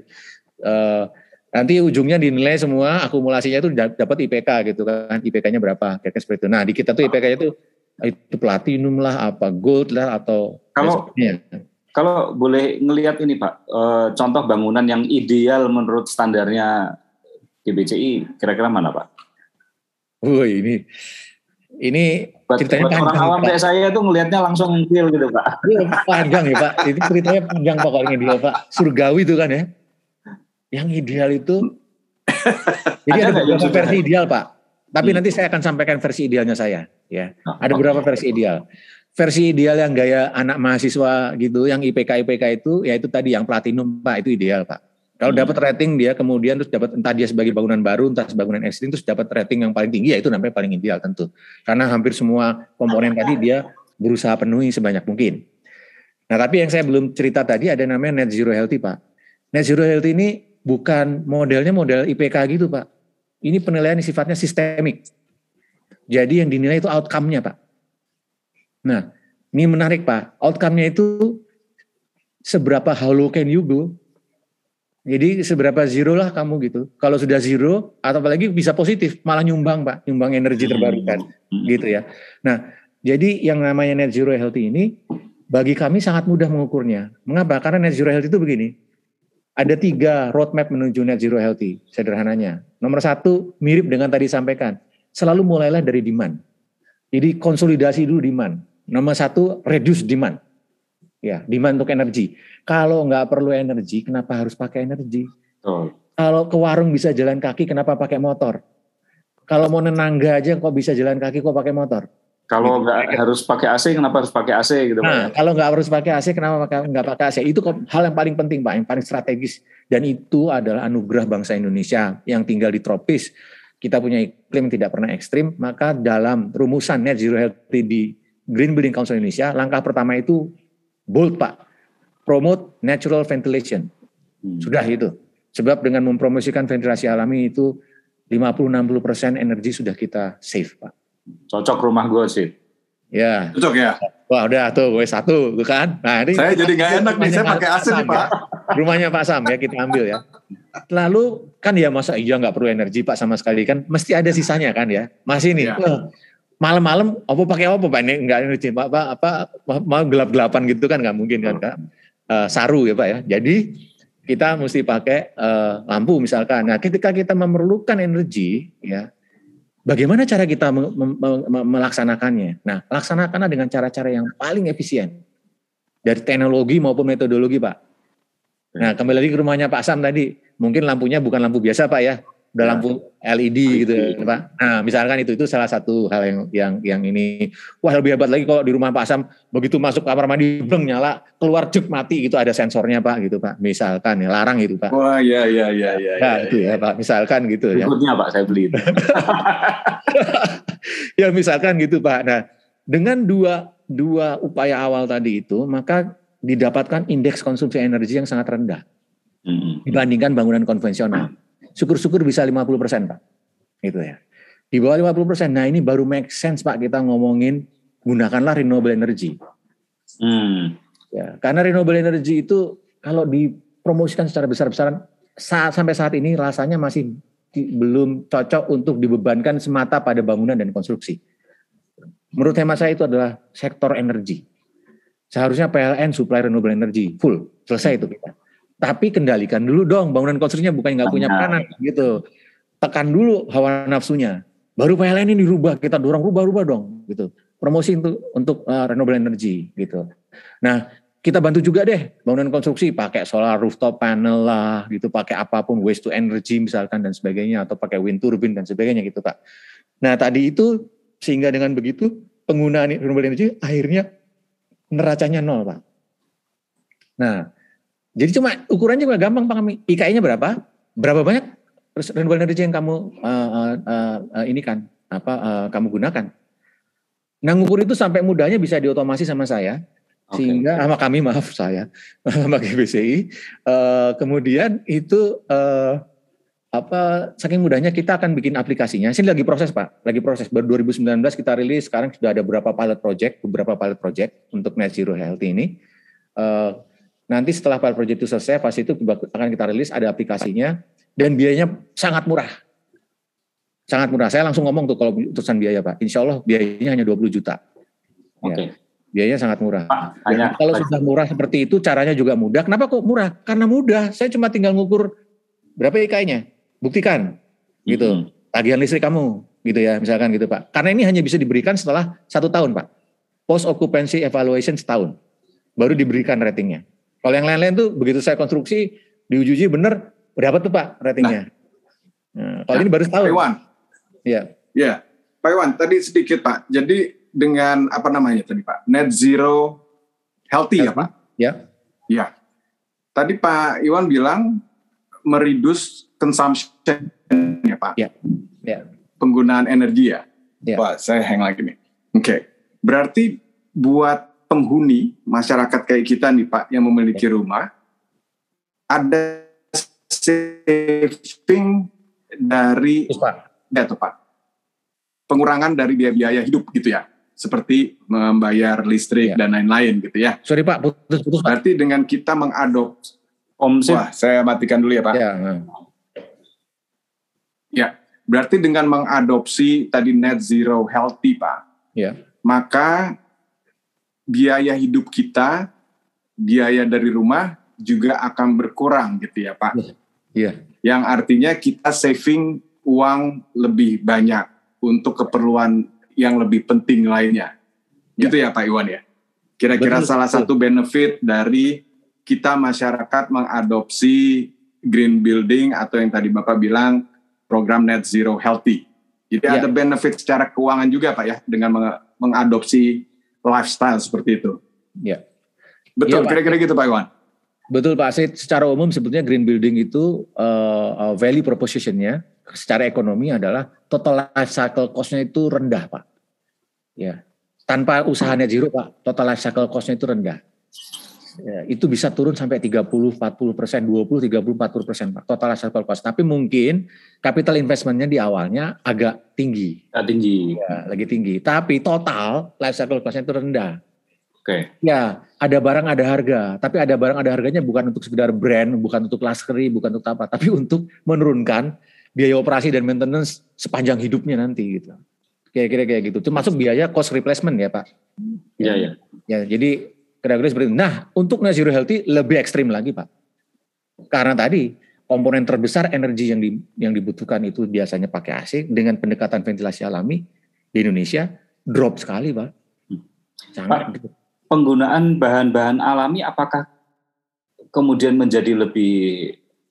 Nanti ujungnya dinilai semua akumulasinya itu dapat IPK gitu kan, IPK-nya berapa kira-kira seperti itu. Nah di kita tuh IPK-nya itu platinum lah apa gold lah atau kalau boleh ngelihat ini Pak, contoh bangunan yang ideal menurut standarnya GBCI kira-kira mana Pak? Ini ceritanya panjang. Orang awam kayak saya tuh ngelihatnya langsung ngil gitu Pak. Panjang ya Pak. Itu ceritanya panjang Pak kalau yang ideal Pak. Surgawi itu kan ya. Yang ideal itu. Jadi ada beberapa versi ideal Pak. Tapi nanti saya akan sampaikan versi idealnya saya. Ya. Ada beberapa versi ideal. Versi ideal yang gaya anak mahasiswa gitu, yang IPK itu, ya itu tadi yang platinum Pak, itu ideal Pak. Kalau dapat rating dia kemudian terus dapat entah dia sebagai bangunan baru, entah sebagai bangunan existing terus dapat rating yang paling tinggi ya itu namanya paling ideal tentu. Karena hampir semua komponen tadi dia berusaha penuhi sebanyak mungkin. Nah, tapi yang saya belum cerita tadi ada namanya net zero healthy Pak. Net zero healthy ini bukan modelnya model IPK gitu Pak. Ini penilaian sifatnya sistemik. Jadi yang dinilai itu outcome-nya Pak. Nah, ini menarik Pak. Outcome-nya itu seberapa hollow can you go? Jadi seberapa zero lah kamu gitu. Kalau sudah zero, atau apalagi bisa positif, malah nyumbang Pak, nyumbang energi terbarukan, gitu ya. Nah, jadi yang namanya net zero healthy ini, bagi kami sangat mudah mengukurnya. Mengapa? Karena net zero healthy itu begini, ada 3 roadmap menuju net zero healthy, sederhananya. Nomor 1, mirip dengan tadi sampaikan, selalu mulailah dari demand. Jadi konsolidasi dulu demand. Nomor 1, reduce demand. Ya, demand untuk energi. Kalau nggak perlu energi, kenapa harus pakai energi? Kalau ke warung bisa jalan kaki, kenapa pakai motor? Kalau mau nenangga aja kok bisa jalan kaki, kok pakai motor? Kalau nggak harus pakai AC, kenapa harus pakai AC gitu Pak? Nah, kalau nggak harus pakai AC, kenapa nggak pakai AC? Itu hal yang paling penting Pak, yang paling strategis. Dan itu adalah anugerah bangsa Indonesia yang tinggal di tropis. Kita punya iklim tidak pernah ekstrim, maka dalam rumusan net zero healthy di Green Building Council Indonesia, langkah pertama itu bold Pak, promote natural ventilation. Sudah itu. Sebab dengan mempromosikan ventilasi alami itu 50-60% energi sudah kita save Pak. Cocok rumah gue sih. Ya. Cocok ya? Wah udah tuh gue 1 kan. Nah, ini saya jadi nggak enak nih, saya pakai AC nih Pak. Rumahnya Pak Sam ya kita ambil ya. Lalu kan ya masa iya nggak perlu energi Pak sama sekali kan. Mesti ada sisanya kan ya. Masih nih. Ya. Malam-malam pakai apa Pak? Ini enggak energi Pak, mau gelap-gelapan gitu kan nggak mungkin kan Kak. Saru ya Pak ya. Jadi kita mesti pakai lampu misalkan. Nah, ketika kita memerlukan energi ya, bagaimana cara kita melaksanakannya? Nah, laksanakanlah dengan cara-cara yang paling efisien dari teknologi maupun metodologi Pak. Nah, kembali lagi ke rumahnya Pak Sam tadi, mungkin lampunya bukan lampu biasa Pak ya. udah lampu LED gitu ya, Pak. Nah, misalkan itu salah satu hal yang ini. Wah, lebih hebat lagi kalau di rumah Pak Sam begitu masuk kamar mandi bleng nyala, keluar jek mati gitu, ada sensornya Pak gitu Pak. Misalkan ya, larang gitu Pak. Wah, iya. Itu ya Pak, misalkan gitu ya. Berikutnya Pak saya beli itu. Ya misalkan gitu Pak. Nah, dengan dua upaya awal tadi itu, maka didapatkan indeks konsumsi energi yang sangat rendah dibandingkan bangunan konvensional. Syukur-syukur bisa 50% Pak. Gitu ya. Di bawah 50%. Nah ini baru make sense Pak kita ngomongin gunakanlah renewable energy. Ya, karena renewable energy itu kalau dipromosikan secara besar-besaran sampai saat ini rasanya masih belum cocok untuk dibebankan semata pada bangunan dan konstruksi. Menurut hemat saya itu adalah sektor energi. Seharusnya PLN supply renewable energy full, selesai itu kita. Tapi kendalikan dulu dong bangunan konstruksinya, bukan nggak punya peranan gitu. Tekan dulu hawa nafsunya. Baru PLN ini dirubah, kita dorong rubah dong gitu. Promosi untuk renewable energy gitu. Nah, kita bantu juga deh bangunan konstruksi pakai solar rooftop panel lah gitu, pakai apapun waste to energy misalkan dan sebagainya, atau pakai wind turbine dan sebagainya gitu Pak. Nah, tadi itu sehingga dengan begitu penggunaan renewable energy akhirnya neracanya 0 Pak. Nah, jadi cuma ukurannya juga gampang Pak kami. IKI-nya berapa? Berapa banyak renewable energy yang kamu kamu gunakan? Nah, ngukur itu sampai mudahnya bisa diotomasi sama saya, sehingga sama kami sama GBCI. Kemudian itu saking mudahnya kita akan bikin aplikasinya. Ini lagi proses Pak, Baru 2019 kita rilis. Sekarang sudah ada beberapa pilot project untuk net zero healthy ini. Nanti setelah pilot project itu selesai, fase itu akan kita rilis, ada aplikasinya, dan biayanya sangat murah. Sangat murah. Saya langsung ngomong tuh kalau urusan biaya Pak. Insya Allah biayanya hanya 20 juta. Ya, biayanya sangat murah. Kalau sudah murah seperti itu, caranya juga mudah. Kenapa kok murah? Karena mudah. Saya cuma tinggal ngukur berapa IKI-nya. Buktikan. Gitu. Tagihan listrik kamu. Gitu ya, misalkan gitu Pak. Karena ini hanya bisa diberikan setelah 1 tahun Pak. Post occupancy evaluation setahun. Baru diberikan ratingnya. Kalau yang lain-lain tuh begitu saya konstruksi, diuji bener, berapa tuh Pak ratingnya? Nah, kalau ini baru setahun. Pak Iwan. Ya, Pak Iwan, tadi sedikit Pak. Jadi dengan tadi Pak, net zero healthy ya Pak? Ya. Tadi Pak Iwan bilang mereduce consumption ya Pak? Ya. Penggunaan energi ya? Wah, saya hang lagi nih. Oke. Berarti buat penghuni masyarakat kayak kita nih Pak yang memiliki rumah, ada saving dari pengurangan dari biaya-biaya hidup gitu ya, seperti membayar listrik dan lain-lain gitu ya. Sorry Pak, putus Pak. Berarti dengan kita mengadopsi, saya matikan dulu ya Pak. Ya, berarti dengan mengadopsi tadi net zero healthy Pak, maka biaya hidup kita, biaya dari rumah juga akan berkurang gitu ya Pak. Yang artinya kita saving uang lebih banyak untuk keperluan yang lebih penting lainnya. Gitu ya Pak Iwan ya. Kira-kira salah satu benefit dari kita masyarakat mengadopsi green building atau yang tadi Bapak bilang program net zero healthy. Jadi ada benefit secara keuangan juga Pak ya dengan mengadopsi lifestyle seperti itu. Ya. Betul, kira-kira gitu Pak Iwan. Betul Pak, secara umum sebetulnya green building itu value proposition-nya secara ekonomi adalah total life cycle cost-nya itu rendah Pak. Ya. Tanpa usaha net zero Pak, total life cycle cost-nya itu rendah. Ya, itu bisa turun sampai 30-40%, 20-30-40% Pak, total life cycle cost. Tapi mungkin capital investment-nya di awalnya agak tinggi. Ya, lagi tinggi. Tapi total life cycle cost-nya itu rendah. Ya, ada barang ada harga. Tapi ada barang ada harganya bukan untuk sekedar brand, bukan untuk luxury, bukan untuk apa. Tapi untuk menurunkan biaya operasi dan maintenance sepanjang hidupnya nanti gitu. Kira-kira kayak gitu. Itu masuk biaya cost replacement ya Pak. Iya. Ya, jadi kira-kira seperti itu. Nah, untuk net zero healthy lebih ekstrim lagi Pak. Karena tadi komponen terbesar energi yang dibutuhkan itu biasanya pakai AC dengan pendekatan ventilasi alami di Indonesia drop sekali Pak. Sangat. Pak, penggunaan bahan-bahan alami apakah kemudian menjadi lebih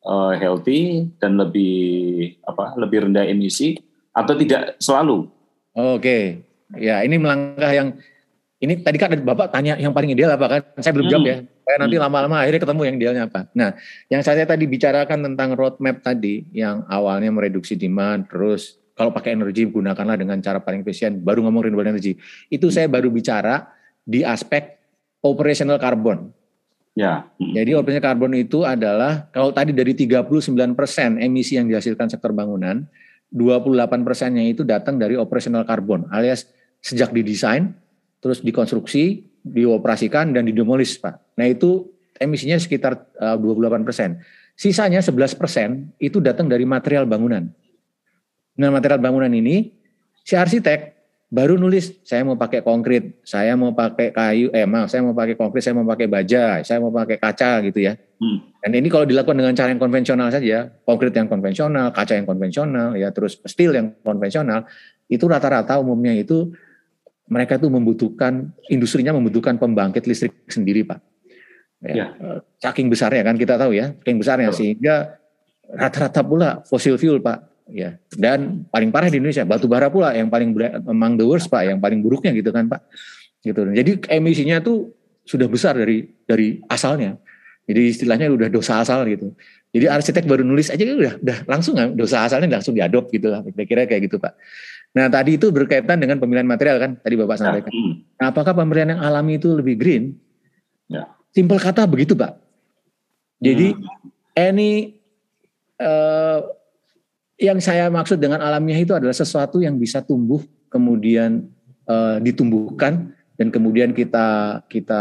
healthy dan lebih rendah emisi atau tidak selalu? Oke. Ya, ini melangkah yang ini tadi kan Bapak tanya yang paling ideal apa kan? Saya belum jawab ya. Saya nanti lama-lama akhirnya ketemu yang idealnya apa. Nah, yang saya tadi bicarakan tentang roadmap tadi yang awalnya mereduksi demand, terus kalau pakai energi gunakanlah dengan cara paling efisien, baru ngomong renewable energy. Itu saya baru bicara di aspek operational carbon. Ya. Jadi operational carbon itu adalah kalau tadi dari 39% emisi yang dihasilkan sektor bangunan, 28%-nya itu datang dari operational carbon, alias sejak didesain, terus dikonstruksi, dioperasikan, dan didemolish, Pak. Nah itu emisinya sekitar 28%. Sisanya 11% itu datang dari material bangunan. Nah material bangunan ini, si arsitek baru nulis, saya mau pakai konkrit, saya mau pakai saya mau pakai konkrit, saya mau pakai baja, saya mau pakai kaca gitu ya. Dan ini kalau dilakukan dengan cara yang konvensional saja, konkrit yang konvensional, kaca yang konvensional, ya terus steel yang konvensional, itu rata-rata umumnya itu mereka itu industrinya membutuhkan pembangkit listrik sendiri, Pak. Ya. Saking besarnya kan kita tahu ya, saking besarnya sehingga rata-rata pula fossil fuel, Pak. Ya, dan paling parah di Indonesia batu bara pula yang paling among the worst, Pak, yang paling buruknya gitu kan, Pak. Gitu. Jadi emisinya tuh sudah besar dari asalnya. Jadi istilahnya udah dosa asal gitu. Jadi arsitek baru nulis aja udah langsung dosa asalnya langsung diadop gitu lah. Kira-kira kayak gitu, Pak. Nah, tadi itu berkaitan dengan pemilihan material kan tadi Bapak sampaikan. Nah, apakah pemilihan yang alami itu lebih green? Ya. Simpel kata begitu, Pak. Jadi yang saya maksud dengan alamiah itu adalah sesuatu yang bisa tumbuh, kemudian ditumbuhkan, dan kemudian kita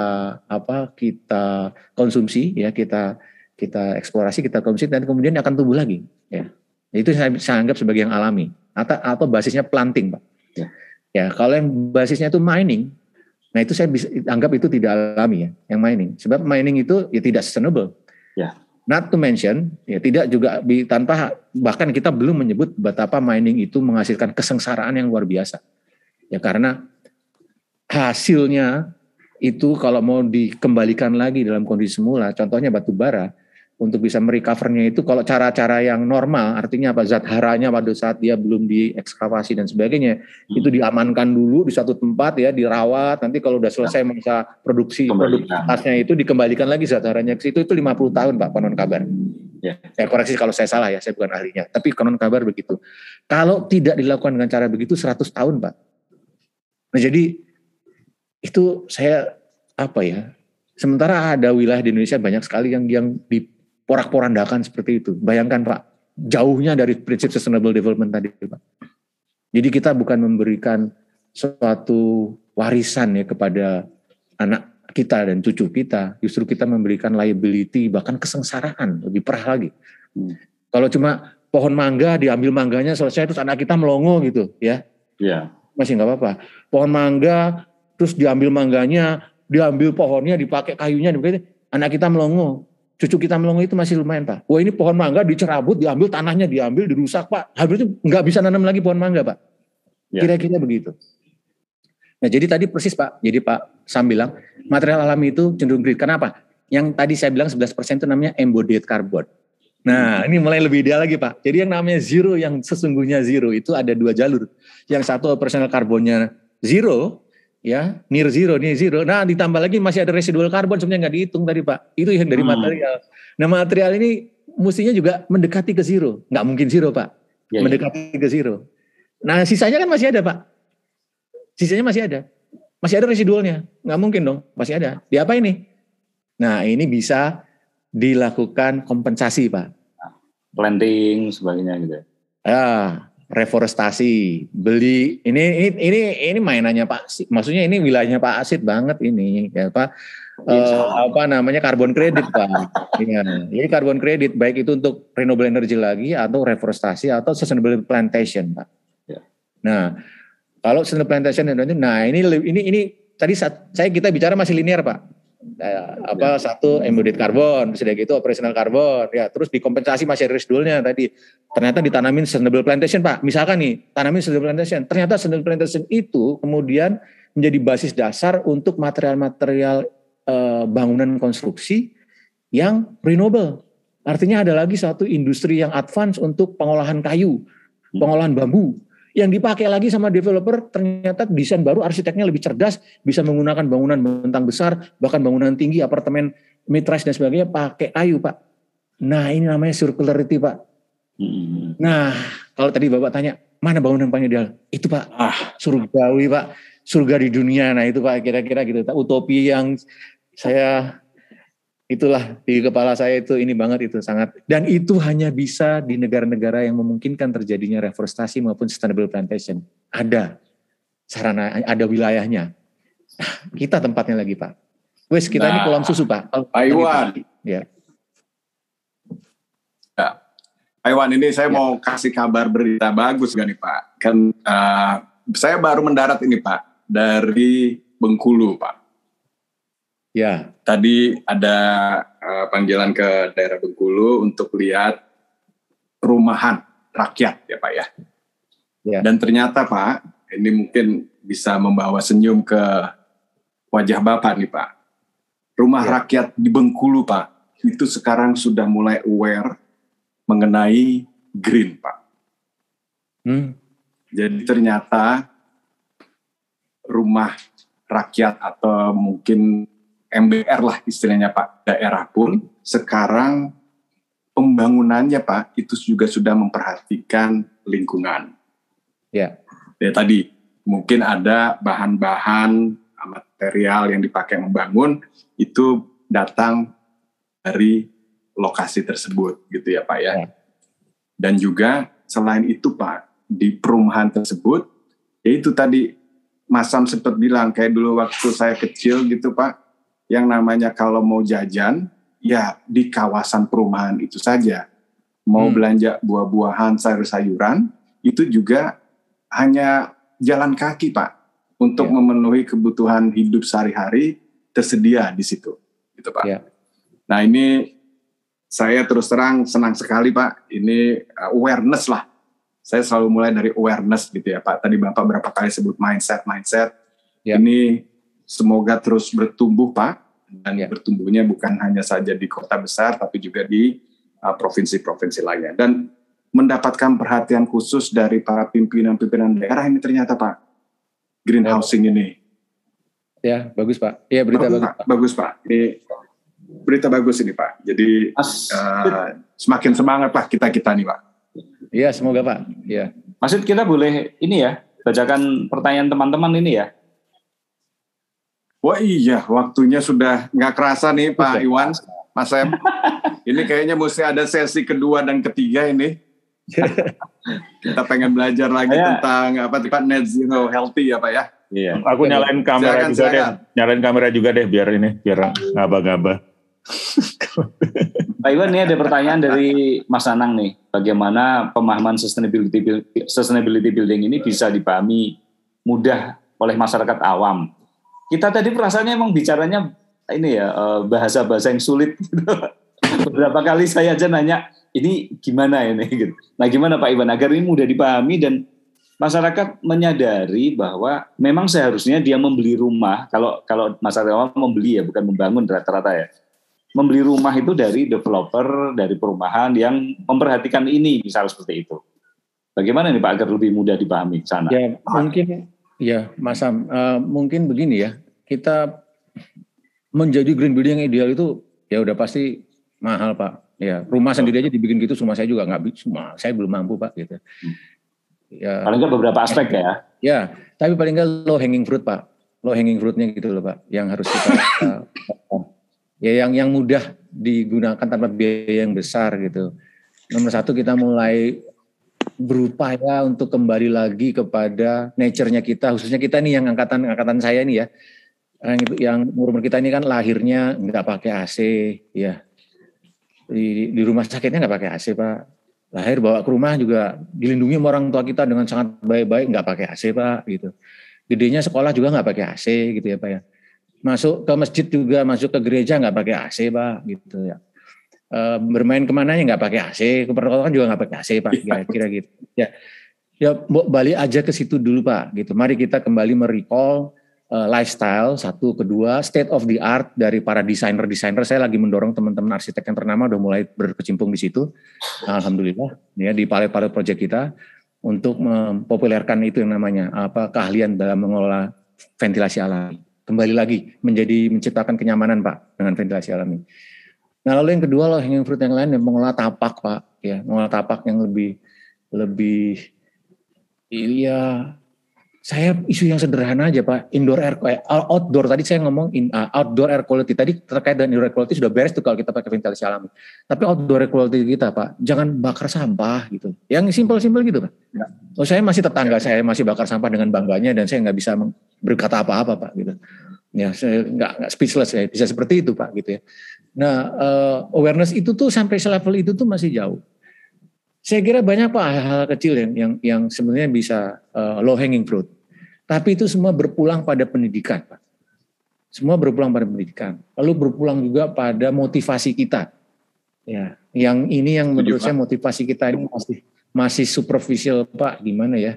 konsumsi, ya kita eksplorasi, kita konsumsi, dan kemudian akan tumbuh lagi. Ya, itu saya anggap sebagai yang alami atau basisnya planting, Pak. Ya, kalau yang basisnya itu mining, nah itu saya bisa anggap itu tidak alami ya, yang mining. Sebab mining itu ya tidak sustainable. Ya. Not to mention, ya tidak juga tanpa bahkan kita belum menyebut betapa mining itu menghasilkan kesengsaraan yang luar biasa. Ya karena hasilnya itu kalau mau dikembalikan lagi dalam kondisi semula, contohnya batu bara, untuk bisa merecovernya itu kalau cara-cara yang normal, artinya apa, zat haranya pada saat dia belum diekskavasi dan sebagainya, itu diamankan dulu di satu tempat ya, dirawat, nanti kalau udah selesai masa produktivitasnya itu dikembalikan lagi zat haranya ke situ, itu 50 tahun Pak, konon kabar. Ya, saya koreksi kalau saya salah ya, saya bukan ahlinya, tapi konon kabar begitu. Kalau tidak dilakukan dengan cara begitu 100 tahun Pak. Nah jadi itu saya sementara ada wilayah di Indonesia banyak sekali yang diporak-porandakan seperti itu. Bayangkan Pak, jauhnya dari prinsip sustainable development tadi Pak. Jadi kita bukan memberikan suatu warisan ya kepada anak kita dan cucu kita, justru kita memberikan liability, bahkan kesengsaraan, lebih parah lagi. Kalau cuma pohon mangga, diambil mangganya selesai, terus anak kita melongo gitu ya. Iya. Masih nggak apa-apa. Pohon mangga, terus diambil mangganya, diambil pohonnya, dipakai kayunya, anak kita melongo. Cucu kita melongo itu masih lumayan Pak. Wah ini pohon mangga dicerabut, diambil tanahnya, diambil, dirusak Pak. Habis itu nggak bisa nanam lagi pohon mangga Pak. Kira-kira begitu. Nah jadi tadi persis Pak, jadi Pak Sam bilang material alami itu cenderung green. Kenapa? Yang tadi saya bilang 11% itu namanya embodied carbon. Nah ini mulai lebih ideal lagi Pak. Jadi yang namanya zero, yang sesungguhnya zero itu ada 2 jalur. Yang satu operational carbonnya zero, ya near zero. Nah ditambah lagi masih ada residual carbon sebenarnya nggak dihitung tadi Pak. Itu yang dari material. Nah material ini mestinya juga mendekati ke zero. Nggak mungkin zero Pak. Mendekati ke zero. Nah sisanya kan masih ada Pak. Sisanya masih ada. Masih ada residualnya. Nggak mungkin dong. Masih ada. Di apa ini? Nah ini bisa dilakukan kompensasi Pak. Planting sebagainya gitu. Ya, reforestasi, beli ini mainannya Pak Asid. Maksudnya ini wilayahnya Pak Asid banget ini ya Pak. Karbon kredit Pak. Ya, jadi karbon kredit baik itu untuk renewable energy lagi atau reforestasi atau sustainable plantation Pak. Ya. Nah, kalau sustainable plantation ini tadi kita bicara masih linear Pak. Satu embodied carbon, sudah gitu operational carbon, ya terus dikompensasi masih ada residualnya tadi. Ternyata ditanamin sustainable plantation Pak. Misalkan nih tanamin sustainable plantation, ternyata sustainable plantation itu kemudian menjadi basis dasar untuk material-material bangunan konstruksi yang renewable. Artinya ada lagi satu industri yang advance untuk pengolahan kayu, pengolahan bambu. Yang dipakai lagi sama developer ternyata desain baru, arsiteknya lebih cerdas, bisa menggunakan bangunan bentang besar, bahkan bangunan tinggi, apartemen mid-rise dan sebagainya pakai kayu, Pak. Nah, ini namanya circularity, Pak. Nah, kalau tadi Bapak tanya, mana bangunan paling ideal? Itu, Pak, surgawi, Pak. Surga di dunia. Nah, itu, Pak, kira-kira gitu. Utopi yang saya... Itulah di kepala saya itu ini banget itu sangat, dan itu hanya bisa di negara-negara yang memungkinkan terjadinya reforestasi maupun sustainable plantation. Ada sarana, ada wilayahnya. Nah, kita tempatnya lagi, Pak. Wes kita ini kolam susu, Pak. Pak Iwan. Ya. Pak Iwan, ini saya mau kasih kabar berita bagus gak nih, Pak? Kan saya baru mendarat ini, Pak, dari Bengkulu, Pak. Ya. Tadi ada panggilan ke daerah Bengkulu untuk lihat perumahan rakyat ya Pak ya. Ya. Dan ternyata Pak, ini mungkin bisa membawa senyum ke wajah Bapak nih Pak. Rumah rakyat di Bengkulu Pak, itu sekarang sudah mulai aware mengenai green Pak. Jadi ternyata rumah rakyat atau mungkin MBR lah istilahnya Pak, daerah pun sekarang pembangunannya Pak itu juga sudah memperhatikan lingkungan. Ya tadi mungkin ada bahan-bahan material yang dipakai membangun itu datang dari lokasi tersebut gitu ya Pak ya. Dan juga selain itu Pak, di perumahan tersebut yaitu tadi Mas Sam sempat bilang kayak dulu waktu saya kecil gitu Pak, yang namanya kalau mau jajan, ya di kawasan perumahan itu saja. Mau belanja buah-buahan, sayur-sayuran, itu juga hanya jalan kaki, Pak. Untuk memenuhi kebutuhan hidup sehari-hari, tersedia di situ. Gitu, Pak. Nah ini, saya terus terang senang sekali, Pak. Ini awareness lah. Saya selalu mulai dari awareness gitu ya, Pak. Tadi Bapak berapa kali sebut mindset. Ini semoga terus bertumbuh Pak, dan bertumbuhnya bukan hanya saja di kota besar, tapi juga di provinsi-provinsi lainnya. Dan mendapatkan perhatian khusus dari para pimpinan-pimpinan daerah ini ternyata Pak, greenhousing ini. Ya, bagus Pak. Iya, berita bagus Pak. Bagus Pak. Ini berita bagus ini Pak. Jadi semakin semangat Pak kita nih Pak. Iya, semoga Pak. Iya. Maksud kita boleh ini ya, bacakan pertanyaan teman-teman ini ya. Wah iya, waktunya sudah nggak kerasa nih Pak Iwan, Mas Sam. Ini kayaknya mesti ada sesi kedua dan ketiga ini. Kita pengen belajar lagi tentang net zero healthy ya Pak ya. Iya. Aku nyalain kamera juga deh. Nyalain kamera juga deh biar ngaba-ngaba. Pak Iwan, ini ada pertanyaan dari Mas Anang nih. Bagaimana pemahaman sustainability building ini bisa dipahami mudah oleh masyarakat awam? Kita tadi perasaannya emang bicaranya ini ya bahasa-bahasa yang sulit. Beberapa kali saya aja nanya ini gimana ini gitu. Nah gimana Pak Iwan agar ini mudah dipahami dan masyarakat menyadari bahwa memang seharusnya dia membeli rumah, kalau masyarakat membeli ya bukan membangun rata-rata ya. Membeli rumah itu dari developer, dari perumahan yang memperhatikan ini misal seperti itu. Bagaimana nih Pak agar lebih mudah dipahami ke sana? Ya mungkin ya Mas Sam, mungkin begini ya, kita menjadi green building yang ideal itu ya udah pasti mahal Pak. Ya rumah sendiri aja dibikin gitu, rumah saya juga nggak bisa, saya belum mampu Pak gitu. Ya, paling nggak beberapa aspek ya. Ya, tapi paling nggak low hanging fruit Pak, low hanging fruitnya gitu loh Pak, yang harus kita ya yang mudah digunakan tanpa biaya yang besar gitu. Nomor satu kita mulai berupaya untuk kembali lagi kepada nature-nya kita, khususnya kita nih yang angkatan saya nih ya, yang umur kita ini kan lahirnya nggak pakai AC ya, di rumah sakitnya nggak pakai AC Pak, lahir bawa ke rumah juga dilindungi sama orang tua kita dengan sangat baik-baik, nggak pakai AC Pak gitu, gedenya sekolah juga nggak pakai AC gitu ya Pak ya, masuk ke masjid juga, masuk ke gereja nggak pakai AC Pak gitu ya. Bermain kemana ya nggak pakai AC, ke pertokoan juga nggak pakai AC Pak, kira-kira gitu. Ya balik aja ke situ dulu Pak, gitu. Mari kita kembali merecall lifestyle, satu, kedua state of the art dari para desainer. Saya lagi mendorong teman-teman arsitek yang ternama udah mulai berkecimpung di situ, alhamdulillah ya, di pilot project kita untuk mempopulerkan itu yang namanya keahlian dalam mengelola ventilasi alami. Kembali lagi menciptakan kenyamanan Pak dengan ventilasi alami. Nah lalu yang kedua loh, yang fruit yang lain yang mengelola tapak Pak, ya mengelola tapak yang lebih ya. Saya isu yang sederhana aja Pak, outdoor tadi saya ngomong outdoor air quality tadi terkait dengan indoor air quality sudah beres tuh kalau kita pakai ventilasi alami. Tapi outdoor air quality kita Pak, jangan bakar sampah gitu. Yang simpel-simpel gitu Pak. Ya. Saya masih tetangga saya masih bakar sampah dengan bangganya dan saya nggak bisa berkata apa-apa Pak gitu. Ya saya nggak speechless ya, bisa seperti itu Pak gitu ya. Nah awareness itu tuh sampai selevel itu tuh masih jauh. Saya kira banyak Pak hal-hal kecil yang sebenarnya bisa low hanging fruit. Tapi itu semua berpulang pada pendidikan Pak. Semua berpulang pada pendidikan. Lalu berpulang juga pada motivasi kita. Ya, yang menurut saya motivasi kita ini masih superficial Pak. Gimana ya?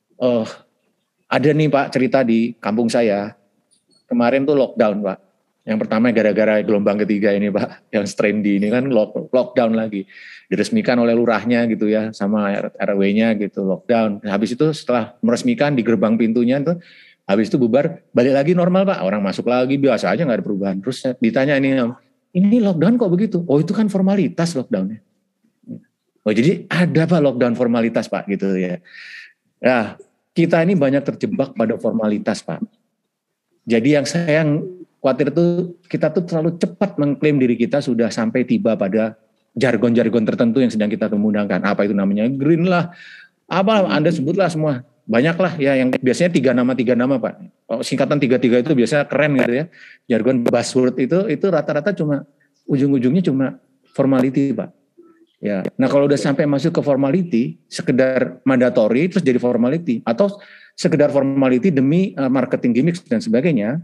Ada nih Pak cerita di kampung saya. Kemarin tuh lockdown Pak. Yang pertama gara-gara gelombang ketiga ini Pak, yang strain D ini kan lockdown lagi. Diresmikan oleh lurahnya gitu ya, sama RW-nya gitu, lockdown. Habis itu setelah meresmikan di gerbang pintunya itu, habis itu bubar, balik lagi normal Pak. Orang masuk lagi, biasa aja nggak ada perubahan. Terus ditanya ini lockdown kok begitu? Oh itu kan formalitas lockdownnya. Oh jadi ada Pak lockdown formalitas Pak gitu ya. Nah kita ini banyak terjebak pada formalitas Pak. Jadi yang saya khawatir itu kita tuh terlalu cepat mengklaim diri kita sudah sampai tiba pada jargon-jargon tertentu yang sedang kita kemudakan. Apa itu namanya? Green lah. Apa Anda sebutlah semua. Banyak lah ya yang biasanya tiga nama Pak. Singkatan tiga itu biasanya keren gitu ya. Jargon buzzword itu rata-rata cuma ujung-ujungnya cuma formality Pak. Ya. Nah kalau udah sampai masuk ke formality, sekedar mandatory terus jadi formality atau sekedar formality demi marketing gimmicks dan sebagainya.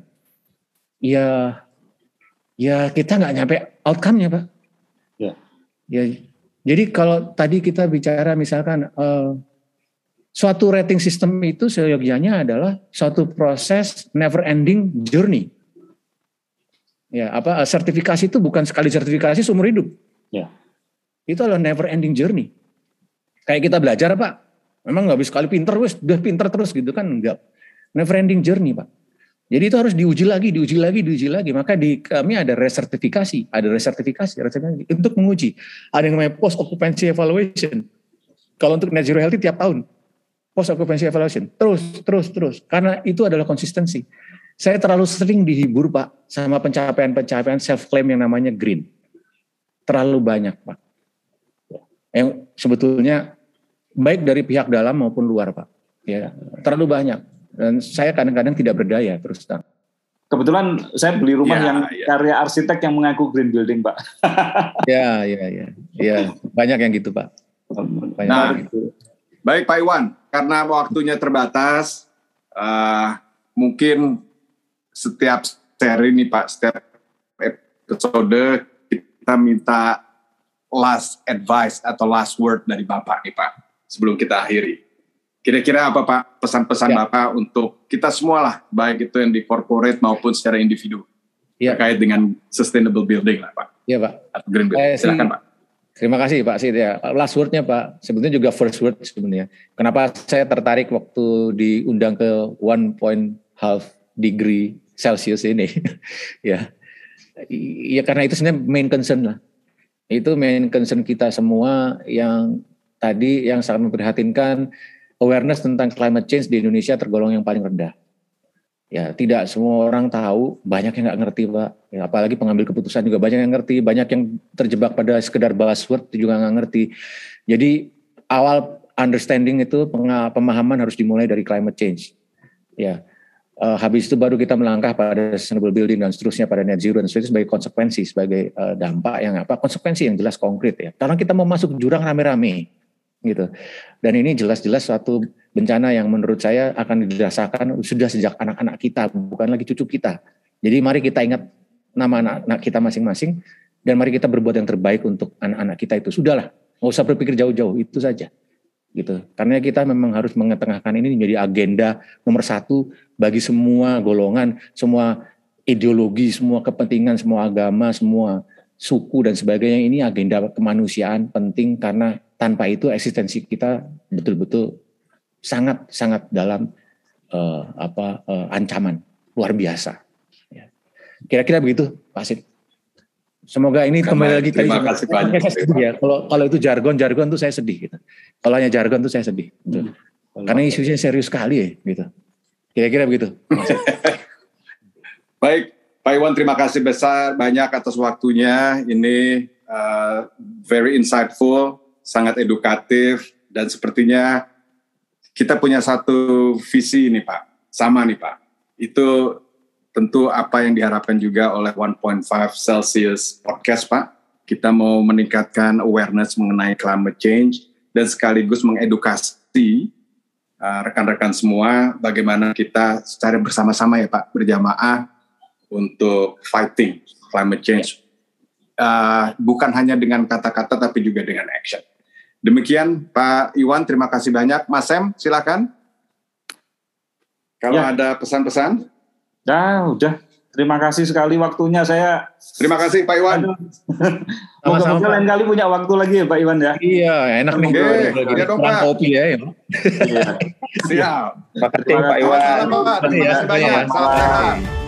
Ya kita nggak nyampe outcome-nya Pak. Ya, jadi kalau tadi kita bicara misalkan suatu rating system itu seyogyanya adalah suatu proses never ending journey. Ya, sertifikasi itu bukan sekali sertifikasi seumur hidup. Ya. Itu adalah never ending journey. Kayak kita belajar Pak, memang nggak bisa sekali pinter, udah pinter terus gitu kan, enggak. Never ending journey Pak. Jadi itu harus diuji lagi. Maka di kami ada resertifikasi untuk menguji. Ada yang namanya post occupancy evaluation. Kalau untuk net zero healthy tiap tahun post occupancy evaluation terus. Karena itu adalah konsistensi. Saya terlalu sering dihibur Pak sama pencapaian self claim yang namanya green. Terlalu banyak Pak. Yang sebetulnya baik dari pihak dalam maupun luar Pak. Ya, terlalu banyak. Dan saya kadang-kadang tidak berdaya terus terang. Kebetulan saya beli rumah yang karya arsitek yang mengaku green building Pak. Ya, banyak yang gitu Pak. Gitu. Baik Pak Iwan, karena waktunya terbatas, mungkin setiap seri ini Pak, setiap episode kita minta last advice atau last word dari Bapak nih Pak, sebelum kita akhiri. Kira-kira apa Pak pesan-pesan Bapak untuk kita semua lah, baik itu yang di corporate maupun secara individu terkait dengan sustainable building lah Pak. Iya Pak. Atau green building. Silakan Pak. Terima kasih Pak Sid ya. Last word-nya Pak, sebetulnya juga first word sebenarnya. Kenapa saya tertarik waktu diundang ke 1.5 degree Celsius ini? Ya karena itu sebenarnya main concern lah. Itu main concern kita semua yang tadi yang sangat memprihatinkan. Awareness tentang climate change di Indonesia tergolong yang paling rendah. Ya, tidak semua orang tahu, banyak yang nggak ngerti Pak. Ya, apalagi pengambil keputusan juga banyak yang ngerti, banyak yang terjebak pada sekedar buzzword itu juga nggak ngerti. Jadi awal understanding itu pemahaman harus dimulai dari climate change. Ya, habis itu baru kita melangkah pada sustainable building dan seterusnya pada net zero dan seterusnya sebagai konsekuensi, sebagai dampak yang konsekuensi yang jelas konkret ya. Karena kita mau masuk jurang rame-rame. Gitu. Dan ini jelas-jelas suatu bencana yang menurut saya akan dirasakan sudah sejak anak-anak kita, bukan lagi cucu kita. Jadi mari kita ingat nama anak-anak kita masing-masing dan mari kita berbuat yang terbaik untuk anak-anak kita itu. Sudahlah, nggak usah berpikir jauh-jauh, itu saja. gitu. Karena kita memang harus mengetengahkan ini menjadi agenda nomor 1 bagi semua golongan, semua ideologi, semua kepentingan, semua agama, semua suku dan sebagainya. Ini agenda kemanusiaan penting karena tanpa itu eksistensi kita betul-betul sangat dalam ancaman luar biasa. Ya. Kira-kira begitu, Pak Sid. Semoga ini kembali lagi tadi. Terima kasih banyak. Saya sedih ya. Kalau itu jargon tuh saya sedih. Gitu. Kalau hanya jargon tuh saya sedih. Gitu. Karena isunya serius sekali ya. Gitu. Kira-kira begitu. Baik, Pak Iwan, terima kasih banyak atas waktunya. Ini very insightful, sangat edukatif, dan sepertinya kita punya satu visi nih Pak, sama nih Pak. Itu tentu apa yang diharapkan juga oleh 1.5 Celsius Podcast Pak. Kita mau meningkatkan awareness mengenai climate change dan sekaligus mengedukasi rekan-rekan semua bagaimana kita secara bersama-sama ya Pak, berjamaah untuk fighting climate change. Bukan hanya dengan kata-kata tapi juga dengan action. Demikian Pak Iwan, terima kasih banyak. Mas Sam, silakan. Kalau ada pesan-pesan. Nah, udah. Terima kasih sekali waktunya saya. Terima kasih Pak Iwan. Moga-moga lain kali punya waktu lagi ya Pak Iwan ya. Iya, enak nih. Iya dong Pak. Kopi ya. Siap. Terima kasih Pak Iwan. Terima kasih banyak. Salam sehat.